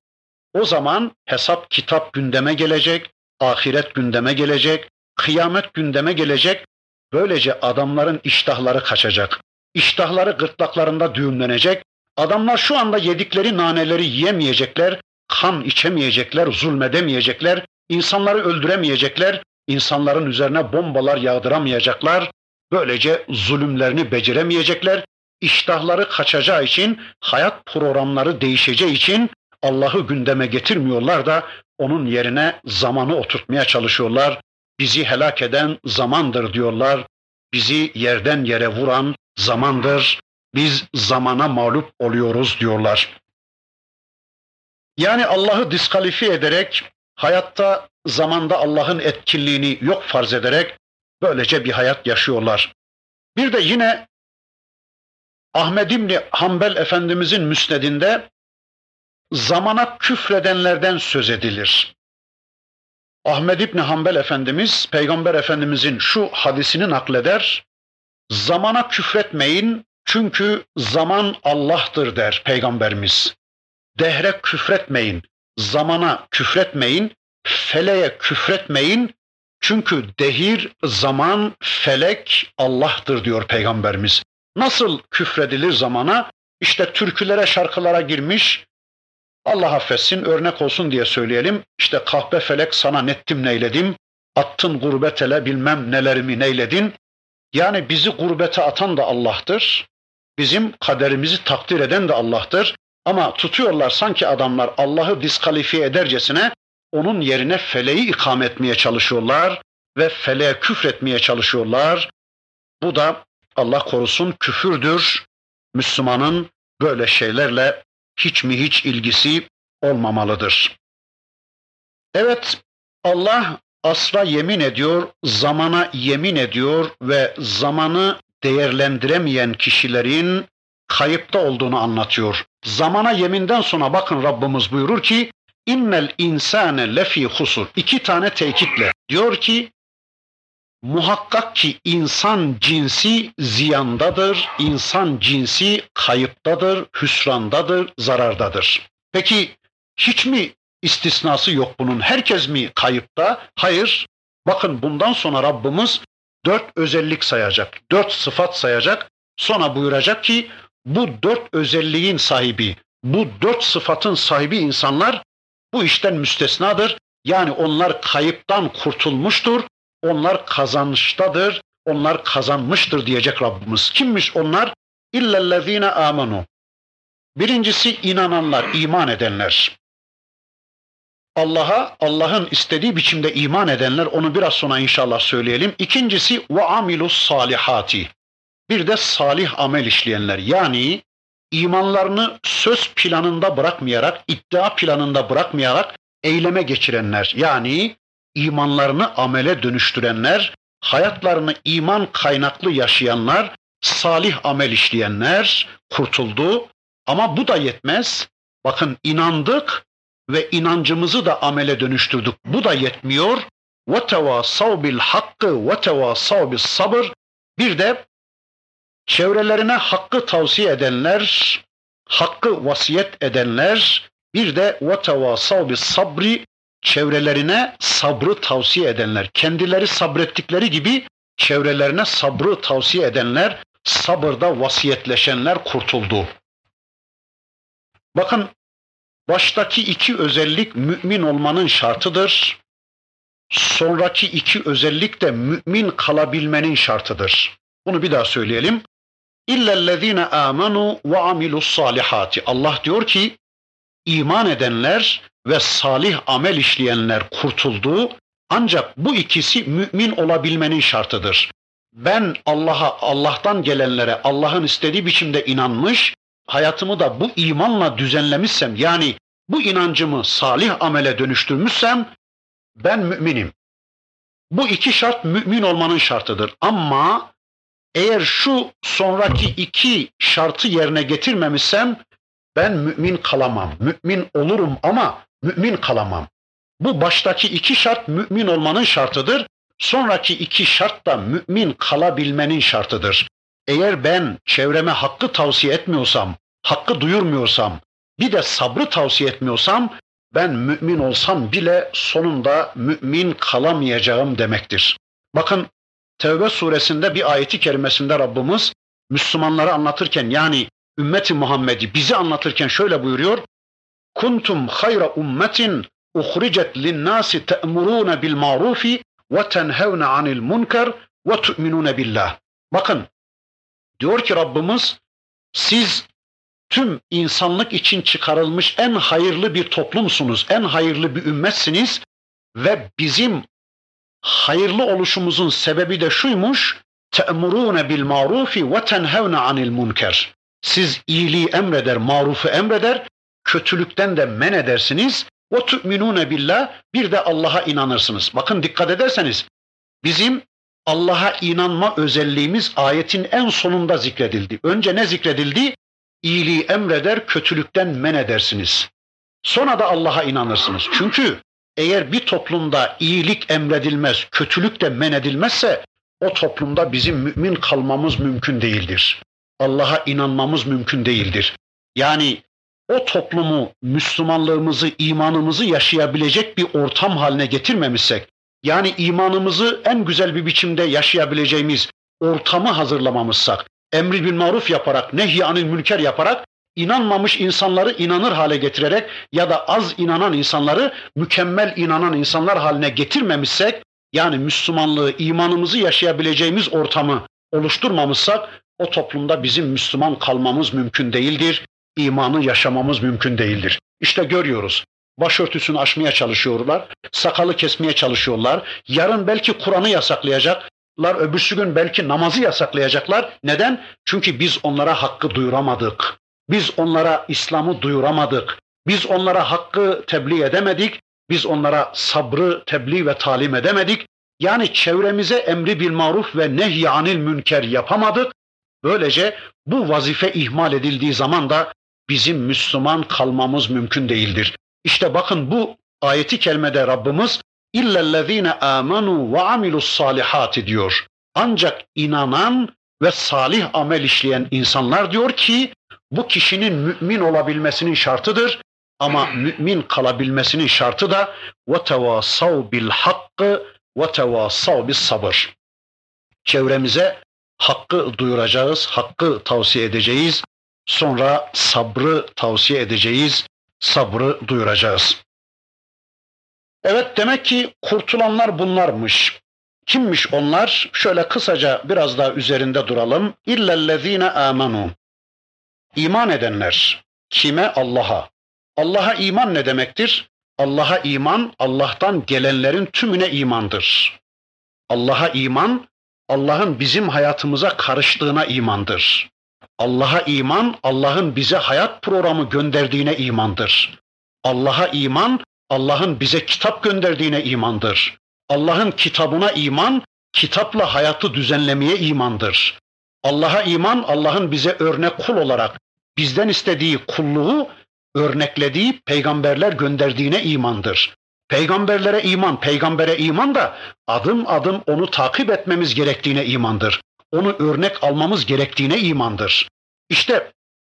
O zaman hesap kitap gündeme gelecek, ahiret gündeme gelecek, kıyamet gündeme gelecek. Böylece adamların iştahları kaçacak. İştahları gırtlaklarında düğümlenecek. Adamlar şu anda yedikleri naneleri yiyemeyecekler, kan içemeyecekler, zulmedemeyecekler, insanları öldüremeyecekler, insanların üzerine bombalar yağdıramayacaklar. Böylece zulümlerini beceremeyecekler. İştahları kaçacağı için, hayat programları değişeceği için Allah'ı gündeme getirmiyorlar da onun yerine zamanı oturtmaya çalışıyorlar. Bizi helak eden zamandır diyorlar. Bizi yerden yere vuran zamandır. Biz zamana mağlup oluyoruz diyorlar. Yani Allah'ı diskalifiye ederek, hayatta, zamanda Allah'ın etkinliğini yok farz ederek böylece bir hayat yaşıyorlar. Bir de yine Ahmed İbni Hanbel Efendimizin müsnedinde zamana küfredenlerden söz edilir. Ahmed İbni Hanbel Efendimiz, Peygamber Efendimizin şu hadisini nakleder. Zamana küfretmeyin çünkü zaman Allah'tır der Peygamberimiz. Dehre küfretmeyin, zamana küfretmeyin, feleğe küfretmeyin. Çünkü dehir, zaman, felek Allah'tır diyor Peygamberimiz. Nasıl küfredilir zamana? İşte türkülere, şarkılara girmiş, Allah affetsin, örnek olsun diye söyleyelim. İşte kahpe felek sana nettim neyledim, attın gurbet ele bilmem nelerimi neyledin. Yani bizi gurbete atan da Allah'tır. Bizim kaderimizi takdir eden de Allah'tır. Ama tutuyorlar sanki adamlar Allah'ı diskalifiye edercesine onun yerine feleği ikame etmeye çalışıyorlar ve feleğe küfretmeye çalışıyorlar. Bu da Allah korusun küfürdür. Müslümanın böyle şeylerle hiç mi hiç ilgisi olmamalıdır. Evet, Allah asra yemin ediyor, zamana yemin ediyor ve zamanı değerlendiremeyen kişilerin kayıpta olduğunu anlatıyor. Zamana yeminden sonra bakın Rabbimiz buyurur ki innel insane lefi husur. 2 tane tekitle diyor ki muhakkak ki insan cinsi ziyandadır, insan cinsi kayıptadır, hüsrandadır, zarardadır. Peki hiç mi istisnası yok bunun? Herkes mi kayıpta? Hayır. Bakın bundan sonra Rabbimiz 4 özellik sayacak, 4 sıfat sayacak. Sonra buyuracak ki bu 4 özelliğin sahibi, bu 4 sıfatın sahibi insanlar bu işten müstesnadır. Yani onlar kayıptan kurtulmuştur. Onlar kazançtadır, onlar kazanmıştır diyecek Rabbimiz. Kimmiş onlar? İllellezine amenu. Birincisi inananlar, iman edenler. Allah'a, Allah'ın istediği biçimde iman edenler, onu biraz sonra inşallah söyleyelim. İkincisi ve amilus salihati. Bir de salih amel işleyenler. Yani imanlarını söz planında bırakmayarak, iddia planında bırakmayarak eyleme geçirenler. Yani imanlarını amele dönüştürenler, hayatlarını iman kaynaklı yaşayanlar, salih amel işleyenler kurtuldu. Ama bu da yetmez. Bakın inandık ve inancımızı da amele dönüştürdük. Bu da yetmiyor. وَتَوَاسَوْ بِالْحَقِّ وَتَوَاسَوْ بِالصَّبْرِ. Bir de çevrelerine hakkı tavsiye edenler, hakkı vasiyet edenler, bir de وَتَوَاسَوْ بِالصَّبْرِ. Çevrelerine sabrı tavsiye edenler, kendileri sabrettikleri gibi çevrelerine sabrı tavsiye edenler, sabırda vasiyetleşenler kurtuldu. Bakın, baştaki 2 özellik mümin olmanın şartıdır. Sonraki 2 özellik de mümin kalabilmenin şartıdır. Bunu bir daha söyleyelim. İllellezine amenu ve amilus salihati. Allah diyor ki, iman edenler ve salih amel işleyenler kurtuldu. Ancak bu ikisi mümin olabilmenin şartıdır. Ben Allah'tan gelenlere Allah'ın istediği biçimde inanmış, hayatımı da bu imanla düzenlemişsem, yani bu inancımı salih amele dönüştürmüşsem ben müminim. Bu 2 şart mümin olmanın şartıdır. Ama eğer şu sonraki 2 şartı yerine getirmemişsem ben mümin kalamam. Mümin olurum ama mümin kalamam. Bu baştaki 2 şart mümin olmanın şartıdır. Sonraki 2 şart da mümin kalabilmenin şartıdır. Eğer ben çevreme hakkı tavsiye etmiyorsam, hakkı duyurmuyorsam, bir de sabrı tavsiye etmiyorsam ben mümin olsam bile sonunda mümin kalamayacağım demektir. Bakın Tevbe suresinde bir ayeti kerimesinde Rabbimiz Müslümanları anlatırken, yani ümmeti Muhammed'i bizi anlatırken şöyle buyuruyor. Kuntum hayra ummetin uhricet linnâsi te'murûne bil ma'rufi ve tenhevne anil munker ve tu'minûne billah. Bakın diyor ki Rabbimiz, siz tüm insanlık için çıkarılmış en hayırlı bir toplumsunuz, en hayırlı bir ümmetsiniz ve bizim hayırlı oluşumuzun sebebi de şuymuş: te'murûne bil ma'rufi ve tenhevne anil munker. Siz iyiliği emreder, marufu emreder, kötülükten de men edersiniz. Ve tu'minûne billah, bir de Allah'a inanırsınız. Bakın dikkat ederseniz bizim Allah'a inanma özelliğimiz ayetin en sonunda zikredildi. Önce ne zikredildi? İyiliği emreder, kötülükten men edersiniz. Sonra da Allah'a inanırsınız. Çünkü eğer bir toplumda iyilik emredilmez, kötülük de men edilmezse o toplumda bizim mümin kalmamız mümkün değildir. Allah'a inanmamız mümkün değildir. Yani o toplumu, Müslümanlığımızı, imanımızı yaşayabilecek bir ortam haline getirmemişsek, yani imanımızı en güzel bir biçimde yaşayabileceğimiz ortamı hazırlamamışsak, emri bil maruf yaparak, nehy anil münker yaparak, inanmamış insanları inanır hale getirerek ya da az inanan insanları mükemmel inanan insanlar haline getirmemişsek, yani Müslümanlığı, imanımızı yaşayabileceğimiz ortamı oluşturmamışsak, o toplumda bizim Müslüman kalmamız mümkün değildir, imanı yaşamamız mümkün değildir. İşte görüyoruz, başörtüsünü aşmaya çalışıyorlar, sakalı kesmeye çalışıyorlar, yarın belki Kur'an'ı yasaklayacaklar, öbürsü gün belki namazı yasaklayacaklar. Neden? Çünkü biz onlara hakkı duyuramadık. Biz onlara İslam'ı duyuramadık. Biz onlara hakkı tebliğ edemedik. Biz onlara sabrı tebliğ ve talim edemedik. Yani çevremize emri bil maruf ve nehy anil münker yapamadık. Böylece bu vazife ihmal edildiği zaman da bizim Müslüman kalmamız mümkün değildir. İşte bakın bu ayeti kerimede Rabbimiz illellezine amenu ve amilus salihati diyor. Ancak inanan ve salih amel işleyen insanlar diyor ki bu kişinin mümin olabilmesinin şartıdır. Ama mümin kalabilmesinin şartı da ve tevasav bil hakkı ve tevasav bis sabır. Çevremize hakkı duyuracağız, hakkı tavsiye edeceğiz. Sonra sabrı tavsiye edeceğiz, sabrı duyuracağız. Evet, demek ki kurtulanlar bunlarmış. Kimmiş onlar? Şöyle kısaca biraz daha üzerinde duralım. İllellezine amenu. İman edenler. Kime? Allah'a. Allah'a iman ne demektir? Allah'a iman, Allah'tan gelenlerin tümüne imandır. Allah'a iman, Allah'ın bizim hayatımıza karıştığına imandır. Allah'a iman, Allah'ın bize hayat programı gönderdiğine imandır. Allah'a iman, Allah'ın bize kitap gönderdiğine imandır. Allah'ın kitabına iman, kitapla hayatı düzenlemeye imandır. Allah'a iman, Allah'ın bize örnek kul olarak bizden istediği kulluğu örneklediği peygamberler gönderdiğine imandır. Peygamberlere iman, peygambere iman da adım adım onu takip etmemiz gerektiğine imandır. Onu örnek almamız gerektiğine imandır. İşte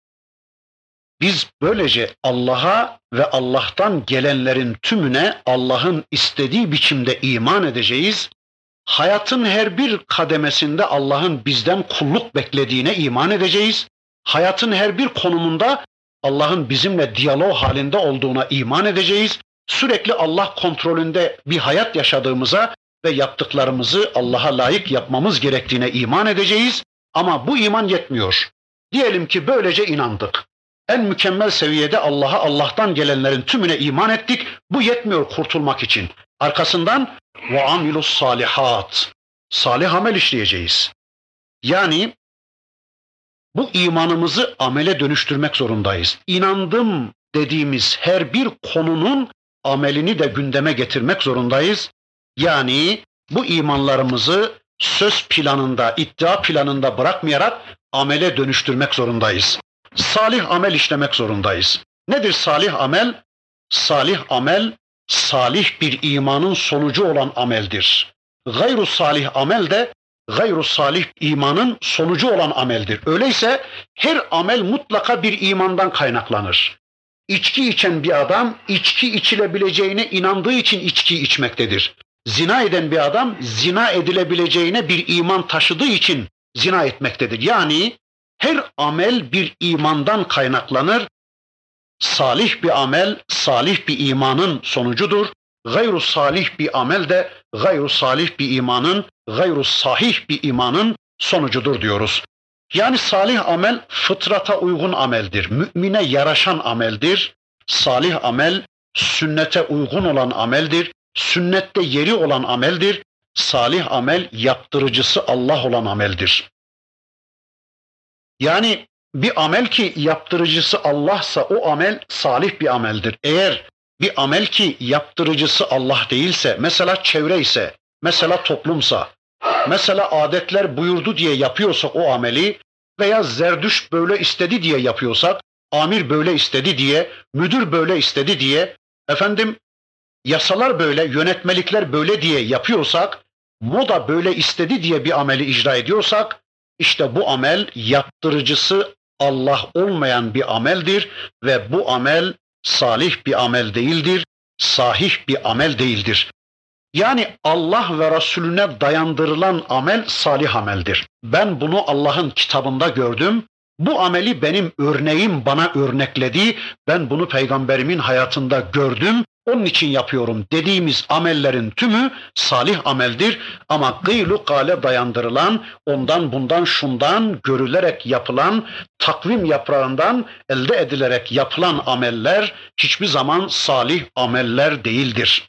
biz böylece Allah'a ve Allah'tan gelenlerin tümüne Allah'ın istediği biçimde iman edeceğiz. Hayatın her bir kademesinde Allah'ın bizden kulluk beklediğine iman edeceğiz. Hayatın her bir konumunda Allah'ın bizimle diyalog halinde olduğuna iman edeceğiz. Sürekli Allah kontrolünde bir hayat yaşadığımıza ve yaptıklarımızı Allah'a layık yapmamız gerektiğine iman edeceğiz. Ama bu iman yetmiyor. Diyelim ki böylece inandık. En mükemmel seviyede Allah'a, Allah'tan gelenlerin tümüne iman ettik. Bu yetmiyor kurtulmak için. Arkasından ve amilus salihat. Salih amel işleyeceğiz. Yani bu imanımızı amele dönüştürmek zorundayız. İnandım dediğimiz her bir konunun amelini de gündeme getirmek zorundayız. Yani bu imanlarımızı söz planında, iddia planında bırakmayarak amele dönüştürmek zorundayız. Salih amel işlemek zorundayız. Nedir salih amel? Salih amel, salih bir imanın sonucu olan ameldir. Gayru salih amel de gayru salih imanın sonucu olan ameldir. Öyleyse her amel mutlaka bir imandan kaynaklanır. İçki içen bir adam içki içilebileceğine inandığı için içki içmektedir. Zina eden bir adam zina edilebileceğine bir iman taşıdığı için zina etmektedir. Yani her amel bir imandan kaynaklanır. Salih bir amel, salih bir imanın sonucudur. Gayru salih bir amel de gayru salih bir imanın, gayru sahih bir imanın sonucudur diyoruz. Yani salih amel fıtrata uygun ameldir. Mümine yaraşan ameldir. Salih amel sünnete uygun olan ameldir. Sünnette yeri olan ameldir. Salih amel yaptırıcısı Allah olan ameldir. Yani bir amel ki yaptırıcısı Allah'sa o amel salih bir ameldir. Eğer bir amel ki yaptırıcısı Allah değilse, mesela çevre ise, mesela toplumsa, mesela adetler buyurdu diye yapıyorsak o ameli veya zerdüş böyle istedi diye yapıyorsak, amir böyle istedi diye, müdür böyle istedi diye, yasalar böyle, yönetmelikler böyle diye yapıyorsak, moda böyle istedi diye bir ameli icra ediyorsak, işte bu amel yaptırıcısı Allah olmayan bir ameldir ve bu amel salih bir amel değildir, sahih bir amel değildir. Yani Allah ve Resulüne dayandırılan amel salih ameldir. Ben bunu Allah'ın kitabında gördüm. Bu ameli benim örneğim bana örnekledi. Ben bunu peygamberimin hayatında gördüm. Onun için yapıyorum dediğimiz amellerin tümü salih ameldir. Ama gıylu kale dayandırılan, ondan bundan şundan görülerek yapılan, takvim yaprağından elde edilerek yapılan ameller hiçbir zaman salih ameller değildir.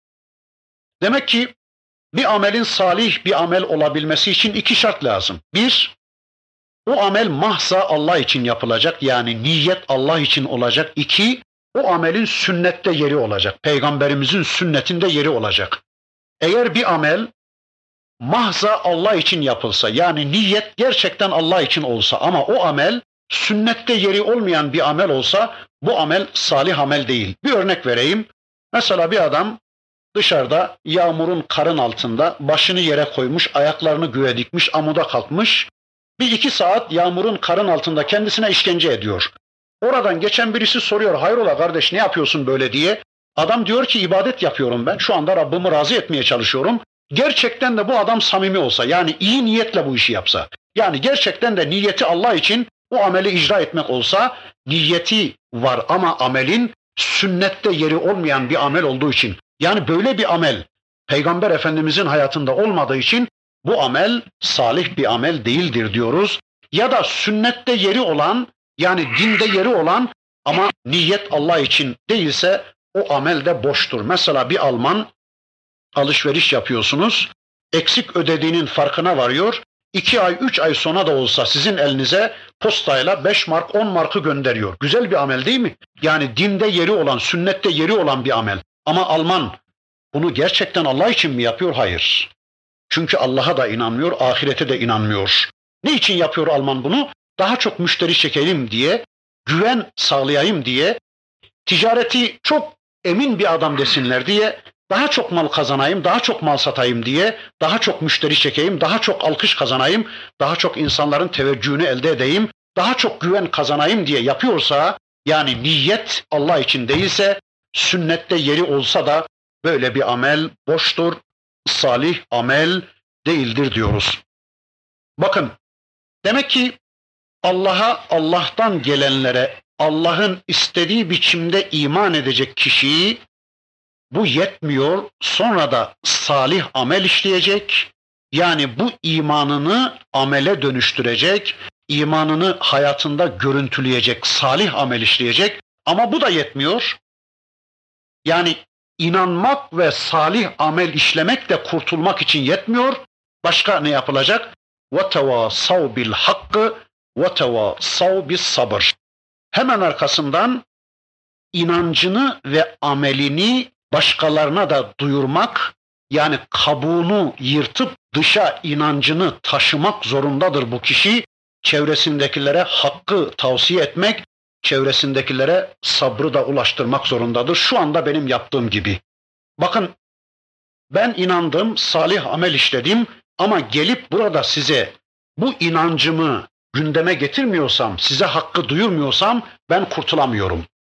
Demek ki bir amelin salih bir amel olabilmesi için iki şart lazım. Bir, o amel mahza Allah için yapılacak, yani niyet Allah için olacak. İki, o amelin sünnette yeri olacak, peygamberimizin sünnetinde yeri olacak. Eğer bir amel mahza Allah için yapılsa, yani niyet gerçekten Allah için olsa ama o amel sünnette yeri olmayan bir amel olsa, bu amel salih amel değil. Bir örnek vereyim. Mesela bir adam dışarıda yağmurun karın altında başını yere koymuş, ayaklarını göğe dikmiş, amuda kalkmış. Bir iki saat yağmurun karın altında kendisine işkence ediyor. Oradan geçen birisi soruyor, hayrola kardeş ne yapıyorsun böyle diye. Adam diyor ki ibadet yapıyorum ben, şu anda Rabbimi razı etmeye çalışıyorum. Gerçekten de bu adam samimi olsa, yani iyi niyetle bu işi yapsa, yani gerçekten de niyeti Allah için o ameli icra etmek olsa, niyeti var ama amelin sünnette yeri olmayan bir amel olduğu için, yani böyle bir amel Peygamber Efendimizin hayatında olmadığı için bu amel salih bir amel değildir diyoruz. Ya da sünnette yeri olan, yani dinde yeri olan ama niyet Allah için değilse o amel de boştur. Mesela bir Alman, alışveriş yapıyorsunuz, eksik ödediğinin farkına varıyor. 2 ay, 3 ay sonra da olsa sizin elinize postayla 5 mark, 10 markı gönderiyor. Güzel bir amel değil mi? Yani dinde yeri olan, sünnette yeri olan bir amel. Ama Alman bunu gerçekten Allah için mi yapıyor? Hayır. Çünkü Allah'a da inanmıyor, ahirete de inanmıyor. Ne için yapıyor Alman bunu? Daha çok müşteri çekeyim diye, güven sağlayayım diye, ticareti çok emin bir adam desinler diye, daha çok mal kazanayım, daha çok mal satayım diye, daha çok müşteri çekeyim, daha çok alkış kazanayım, daha çok insanların teveccühünü elde edeyim, daha çok güven kazanayım diye yapıyorsa, yani niyet Allah için değilse, sünnette yeri olsa da böyle bir amel boştur, salih amel değildir diyoruz. Bakın, demek ki Allah'a, Allah'tan gelenlere, Allah'ın istediği biçimde iman edecek kişiyi bu yetmiyor, sonra da salih amel işleyecek. Yani bu imanını amele dönüştürecek, imanını hayatında görüntüleyecek, salih amel işleyecek. Ama bu da yetmiyor. Yani inanmak ve salih amel işlemek de kurtulmak için yetmiyor. Başka ne yapılacak? وَتَوَاسَوْ بِالْحَقِّ وَتَوَاسَوْ بِالصَّبْرِ. Hemen arkasından inancını ve amelini başkalarına da duyurmak, yani kabuğunu yırtıp dışa inancını taşımak zorundadır bu kişi. Çevresindekilere hakkı tavsiye etmek, çevresindekilere sabrı da ulaştırmak zorundadır. Şu anda benim yaptığım gibi. Bakın, ben inandım, salih amel işledim ama gelip burada size bu inancımı gündeme getirmiyorsam, size hakkı duyurmuyorsam ben kurtulamıyorum.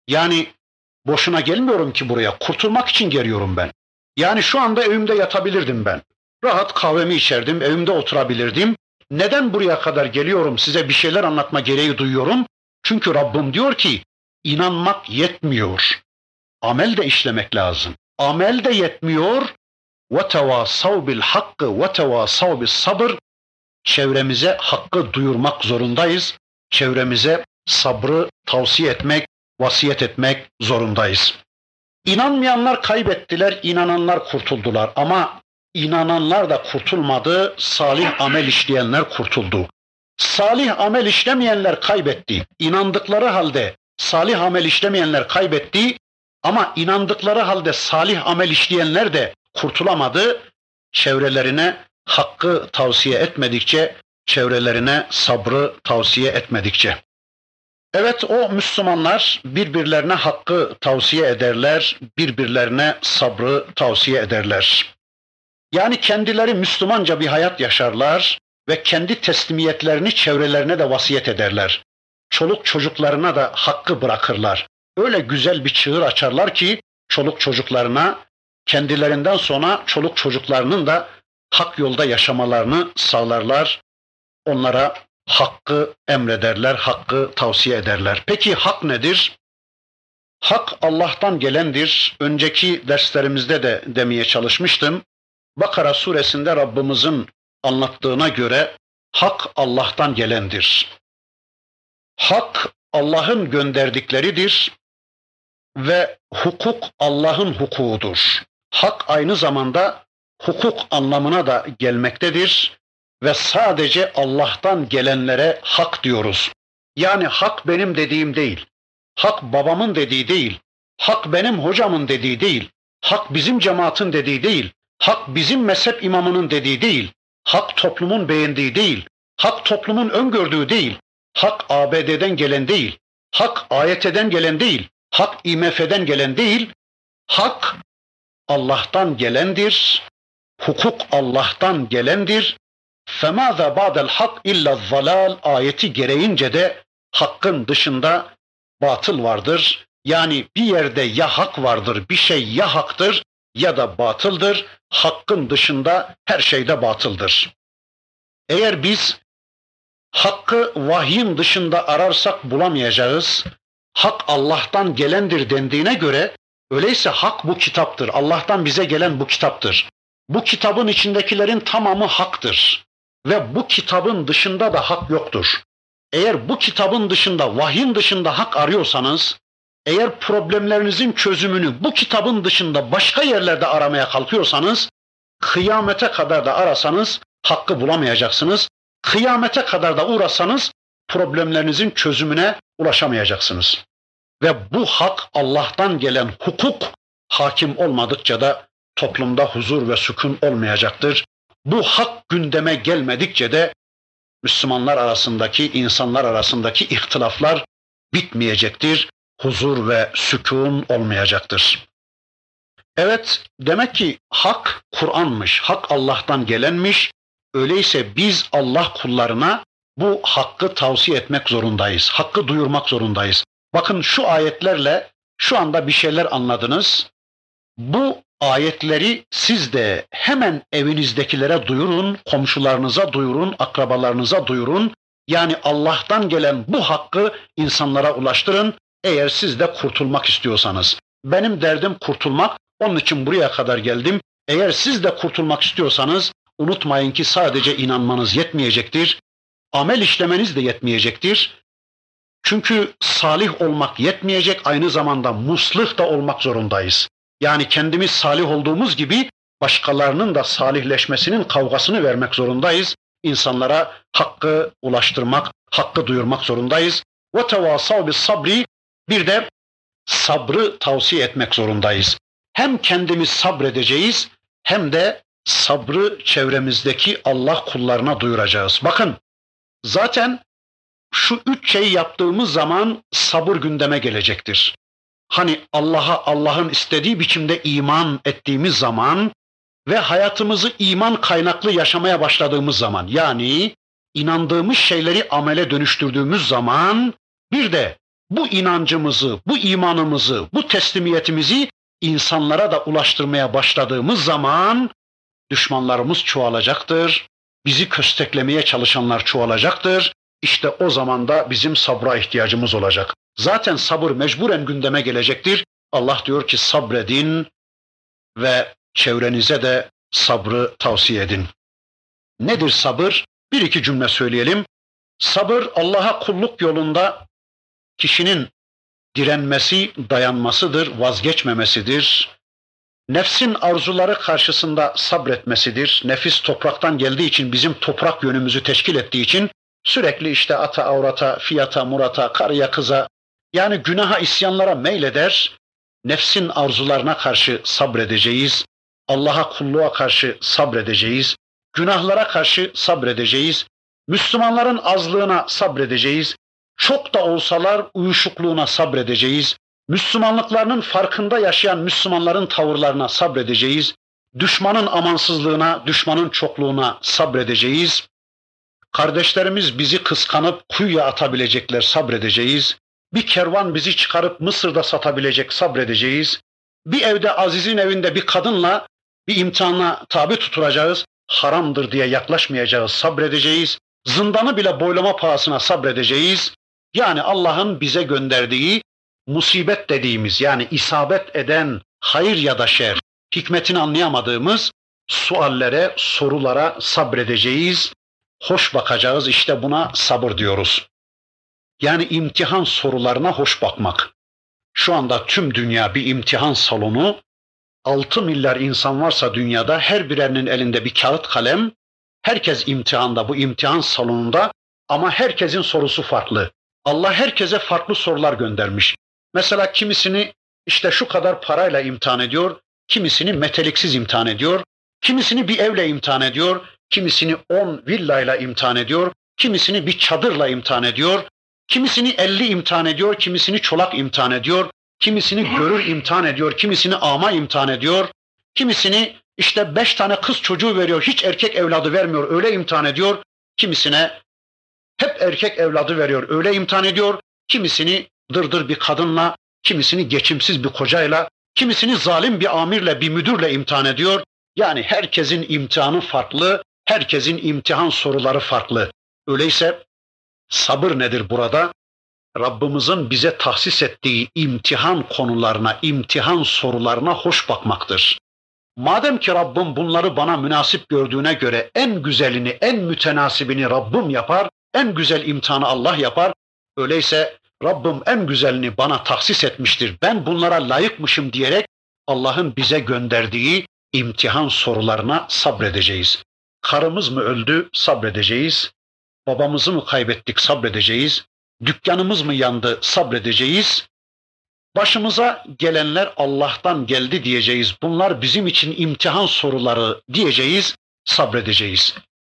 Yani boşuna gelmiyorum ki buraya. Kurtulmak için geliyorum ben. Yani şu anda evimde yatabilirdim ben. Rahat kahvemi içerdim, evimde oturabilirdim. Neden buraya kadar geliyorum? Size bir şeyler anlatma gereği duyuyorum. Çünkü Rabbim diyor ki inanmak yetmiyor. Amel de işlemek lazım. Amel de yetmiyor. وَتَوَاسَوْ بِالْحَقِّ وَتَوَاسَوْ بِالصَّبْرِ. Çevremize hakkı duyurmak zorundayız. Çevremize sabrı tavsiye etmek, vasiyet etmek zorundayız. İnanmayanlar kaybettiler, inananlar kurtuldular. Ama inananlar da kurtulmadı, salih amel işleyenler kurtuldu. Salih amel işlemeyenler kaybetti. İnandıkları halde salih amel işlemeyenler kaybetti. Ama inandıkları halde salih amel işleyenler de kurtulamadı. Çevrelerine hakkı tavsiye etmedikçe, çevrelerine sabrı tavsiye etmedikçe. Evet, o Müslümanlar birbirlerine hakkı tavsiye ederler, birbirlerine sabrı tavsiye ederler. Yani kendileri Müslümanca bir hayat yaşarlar ve kendi teslimiyetlerini çevrelerine de vasiyet ederler. Çoluk çocuklarına da hakkı bırakırlar. Öyle güzel bir çığır açarlar ki çoluk çocuklarına, kendilerinden sonra çoluk çocuklarının da hak yolda yaşamalarını sağlarlar. Onlara hakkı emrederler, hakkı tavsiye ederler. Peki hak nedir? Hak Allah'tan gelendir. Önceki derslerimizde de demeye çalışmıştım. Bakara suresinde Rabbimizin anlattığına göre hak Allah'tan gelendir. Hak Allah'ın gönderdikleridir ve hukuk Allah'ın hukukudur. Hak aynı zamanda hukuk anlamına da gelmektedir ve sadece Allah'tan gelenlere hak diyoruz. Yani hak benim dediğim değil, hak babamın dediği değil, hak benim hocamın dediği değil, hak bizim cemaatin dediği değil, hak bizim mezhep imamının dediği değil, hak toplumun beğendiği değil, hak toplumun öngördüğü değil, hak ABD'den gelen değil, hak AYT'den gelen değil, hak IMF'den gelen değil, hak Allah'tan gelendir, hukuk Allah'tan gelendir. فَمَاذَا بَعْدَ الْحَقِّ اِلَّا الظَّلَالِ ayeti gereğince de hakkın dışında batıl vardır. Yani bir yerde ya hak vardır, bir şey ya haktır ya da batıldır. Hakkın dışında her şey de batıldır. Eğer biz hakkı vahyin dışında ararsak bulamayacağız. Hak Allah'tan gelendir dendiğine göre öyleyse hak bu kitaptır. Allah'tan bize gelen bu kitaptır. Bu kitabın içindekilerin tamamı haktır. Ve bu kitabın dışında da hak yoktur. Eğer bu kitabın dışında, vahyin dışında hak arıyorsanız, eğer problemlerinizin çözümünü bu kitabın dışında başka yerlerde aramaya kalkıyorsanız, kıyamete kadar da arasanız hakkı bulamayacaksınız. Kıyamete kadar da uğrasanız problemlerinizin çözümüne ulaşamayacaksınız. Ve bu hak Allah'tan gelen hukuk hakim olmadıkça da toplumda huzur ve sükun olmayacaktır. Bu hak gündeme gelmedikçe de Müslümanlar arasındaki, insanlar arasındaki ihtilaflar bitmeyecektir. Huzur ve sükun olmayacaktır. Evet, demek ki hak Kur'an'mış, hak Allah'tan gelenmiş. Öyleyse biz Allah kullarına bu hakkı tavsiye etmek zorundayız. Hakkı duyurmak zorundayız. Bakın şu ayetlerle şu anda bir şeyler anladınız. Bu ayetleri siz de hemen evinizdekilere duyurun, komşularınıza duyurun, akrabalarınıza duyurun. Yani Allah'tan gelen bu hakkı insanlara ulaştırın eğer siz de kurtulmak istiyorsanız. Benim derdim kurtulmak, onun için buraya kadar geldim. Eğer siz de kurtulmak istiyorsanız unutmayın ki sadece inanmanız yetmeyecektir. Amel işlemeniz de yetmeyecektir. Çünkü salih olmak yetmeyecek, aynı zamanda muslih da olmak zorundayız. Yani kendimiz salih olduğumuz gibi başkalarının da salihleşmesinin kavgasını vermek zorundayız. İnsanlara hakkı ulaştırmak, hakkı duyurmak zorundayız. وَتَوَاسَوْ بِالصَّبْرِ bir de sabrı tavsiye etmek zorundayız. Hem kendimiz sabredeceğiz hem de sabrı çevremizdeki Allah kullarına duyuracağız. Bakın zaten şu üç şeyi yaptığımız zaman sabır gündeme gelecektir. Hani Allah'ın istediği biçimde iman ettiğimiz zaman ve hayatımızı iman kaynaklı yaşamaya başladığımız zaman, yani inandığımız şeyleri amele dönüştürdüğümüz zaman, bir de bu inancımızı, bu imanımızı, bu teslimiyetimizi insanlara da ulaştırmaya başladığımız zaman düşmanlarımız çoğalacaktır. Bizi kösteklemeye çalışanlar çoğalacaktır. İşte o zaman da bizim sabra ihtiyacımız olacak. Zaten sabır mecburen gündeme gelecektir. Allah diyor ki sabredin ve çevrenize de sabrı tavsiye edin. Nedir sabır? Bir iki cümle söyleyelim. Sabır Allah'a kulluk yolunda kişinin direnmesi, dayanmasıdır, vazgeçmemesidir. Nefsin arzuları karşısında sabretmesidir. Nefis topraktan geldiği için, bizim toprak yönümüzü teşkil ettiği için sürekli işte ata avrata, fiyata murata, karıya kıza, yani günaha isyanlara meyleder. Nefsin arzularına karşı sabredeceğiz. Allah'a kulluğa karşı sabredeceğiz. Günahlara karşı sabredeceğiz. Müslümanların azlığına sabredeceğiz. Çok da olsalar uyuşukluğuna sabredeceğiz. Müslümanlıklarının farkında yaşayan Müslümanların tavırlarına sabredeceğiz. Düşmanın amansızlığına, düşmanın çokluğuna sabredeceğiz. Kardeşlerimiz bizi kıskanıp kuyuya atabilecekler, sabredeceğiz. Bir kervan bizi çıkarıp Mısır'da satabilecek, sabredeceğiz. Bir evde, azizin evinde bir kadınla bir imtihana tabi tutulacağız. Haramdır diye yaklaşmayacağız, sabredeceğiz. Zindanı bile boylama pahasına sabredeceğiz. Yani Allah'ın bize gönderdiği musibet dediğimiz, yani isabet eden hayır ya da şer, hikmetini anlayamadığımız suallere, sorulara sabredeceğiz. Hoş bakacağız, işte buna sabır diyoruz. Yani imtihan sorularına hoş bakmak. Şu anda tüm dünya bir imtihan salonu. 6 milyar insan varsa dünyada, her birerinin elinde bir kağıt kalem. Herkes imtihanda, bu imtihan salonunda, ama herkesin sorusu farklı. Allah herkese farklı sorular göndermiş. Mesela kimisini işte şu kadar parayla imtihan ediyor, kimisini meteliksiz imtihan ediyor, kimisini bir evle imtihan ediyor, kimisini 10 villayla imtihan ediyor, kimisini bir çadırla imtihan ediyor, kimisini 50 imtihan ediyor, kimisini çolak imtihan ediyor, kimisini görür imtihan ediyor, kimisini ama imtihan ediyor, kimisini işte 5 tane kız çocuğu veriyor, hiç erkek evladı vermiyor, öyle imtihan ediyor, kimisine hep erkek evladı veriyor, öyle imtihan ediyor, kimisini dırdır bir kadınla, kimisini geçimsiz bir kocayla, kimisini zalim bir amirle, bir müdürle imtihan ediyor. Yani herkesin imtihanı farklı, herkesin imtihan soruları farklı. Öyleyse sabır nedir burada? Rabbimizin bize tahsis ettiği imtihan konularına, imtihan sorularına hoş bakmaktır. Madem ki Rabbim bunları bana münasip gördüğüne göre en güzelini, en mütenasibini Rabbim yapar, en güzel imtihanı Allah yapar. Öyleyse Rabbim en güzelini bana tahsis etmiştir, ben bunlara layıkmışım diyerek Allah'ın bize gönderdiği imtihan sorularına sabredeceğiz. Karımız mı öldü? Sabredeceğiz. Babamızı mı kaybettik? Sabredeceğiz. Dükkanımız mı yandı? Sabredeceğiz. Başımıza gelenler Allah'tan geldi diyeceğiz. Bunlar bizim için imtihan soruları diyeceğiz, sabredeceğiz.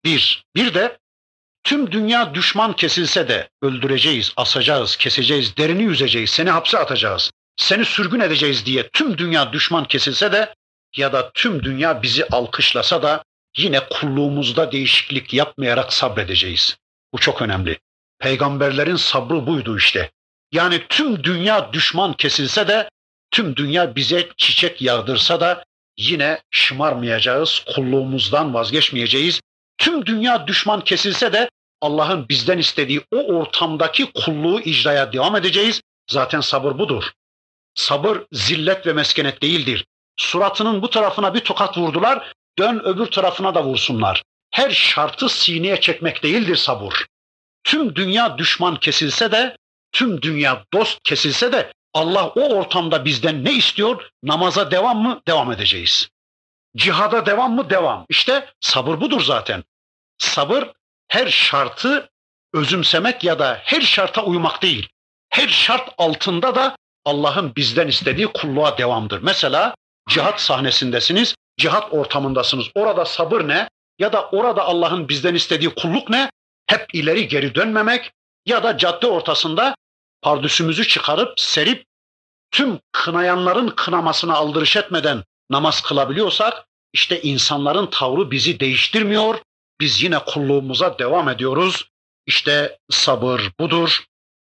Bir de tüm dünya düşman kesilse de öldüreceğiz, asacağız, keseceğiz, derini yüzeceğiz, seni hapse atacağız, seni sürgün edeceğiz diye tüm dünya düşman kesilse de ya da tüm dünya bizi alkışlasa da yine kulluğumuzda değişiklik yapmayarak sabredeceğiz. Bu çok önemli. Peygamberlerin sabrı buydu işte. Yani tüm dünya düşman kesilse de, tüm dünya bize çiçek yağdırsa da yine şımarmayacağız, kulluğumuzdan vazgeçmeyeceğiz. Tüm dünya düşman kesilse de Allah'ın bizden istediği o ortamdaki kulluğu icraya devam edeceğiz. Zaten sabır budur. Sabır zillet ve meskenet değildir. Suratının bu tarafına bir tokat vurdular, dön öbür tarafına da vursunlar. Her şartı sineye çekmek değildir sabır. Tüm dünya düşman kesilse de, tüm dünya dost kesilse de Allah o ortamda bizden ne istiyor? Namaza devam mı? Devam edeceğiz. Cihada devam mı? Devam. İşte sabır budur zaten. Sabır her şartı özümsemek ya da her şarta uymak değil. Her şart altında da Allah'ın bizden istediği kulluğa devamdır. Mesela cihat sahnesindesiniz, cihat ortamındasınız. Orada sabır ne? Ya da orada Allah'ın bizden istediği kulluk ne? Hep ileri geri dönmemek ya da cadde ortasında pardüsümüzü çıkarıp serip tüm kınayanların kınamasına aldırış etmeden namaz kılabiliyorsak işte insanların tavrı bizi değiştirmiyor. Biz yine kulluğumuza devam ediyoruz. İşte sabır budur.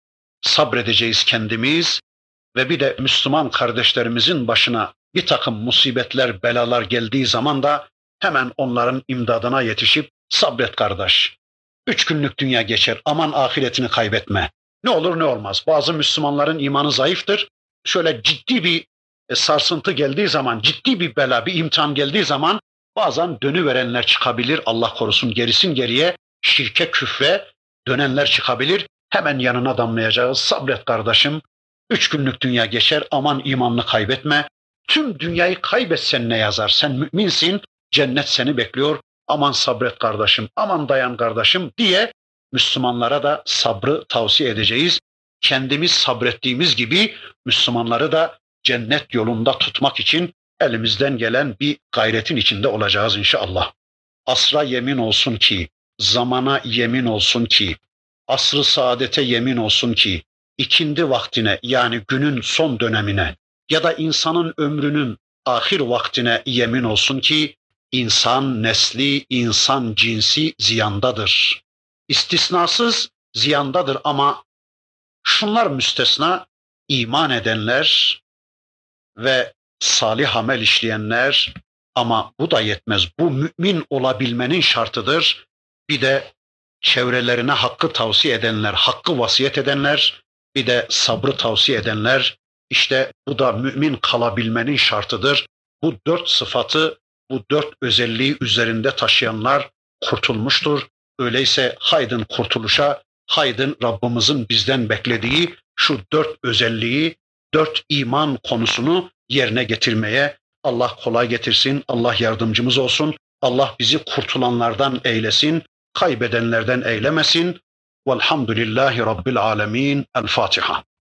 sabredeceğiz kendimiz ve bir de Müslüman kardeşlerimizin başına bir takım musibetler, belalar geldiği zaman da hemen onların imdadına yetişip sabret kardeş. 3 günlük dünya geçer, aman ahiretini kaybetme. Ne olur ne olmaz. Bazı Müslümanların imanı zayıftır. Şöyle ciddi bir sarsıntı geldiği zaman, ciddi bir bela, bir imtihan geldiği zaman bazen dönüverenler çıkabilir. Allah korusun, gerisin geriye şirke, küfre dönenler çıkabilir. Hemen yanına damlayacağız. Sabret kardeşim. 3 günlük dünya geçer, aman imanını kaybetme. Tüm dünyayı kaybetsen ne yazar? Sen müminsin, cennet seni bekliyor. Aman sabret kardeşim, aman dayan kardeşim diye Müslümanlara da sabrı tavsiye edeceğiz. Kendimiz sabrettiğimiz gibi Müslümanları da cennet yolunda tutmak için elimizden gelen bir gayretin içinde olacağız inşallah. Asra yemin olsun ki, zamana yemin olsun ki, asr-ı saadete yemin olsun ki, ikindi vaktine yani günün son dönemine ya da insanın ömrünün ahir vaktine yemin olsun ki, insan nesli, insan cinsi ziyandadır. İstisnasız ziyandadır ama şunlar müstesna: iman edenler ve salih amel işleyenler, ama bu da yetmez. Bu mümin olabilmenin şartıdır. Bir de çevrelerine hakkı tavsiye edenler, hakkı vasiyet edenler, bir de sabrı tavsiye edenler. İşte bu da mümin kalabilmenin şartıdır. Bu 4 sıfatı, bu 4 özelliği üzerinde taşıyanlar kurtulmuştur. Öyleyse haydın kurtuluşa, haydın Rabbimizin bizden beklediği şu 4 özelliği, 4 iman konusunu yerine getirmeye. Allah kolay getirsin, Allah yardımcımız olsun. Allah bizi kurtulanlardan eylesin, kaybedenlerden eylemesin. Velhamdülillahi Rabbil alemin. El Fatiha.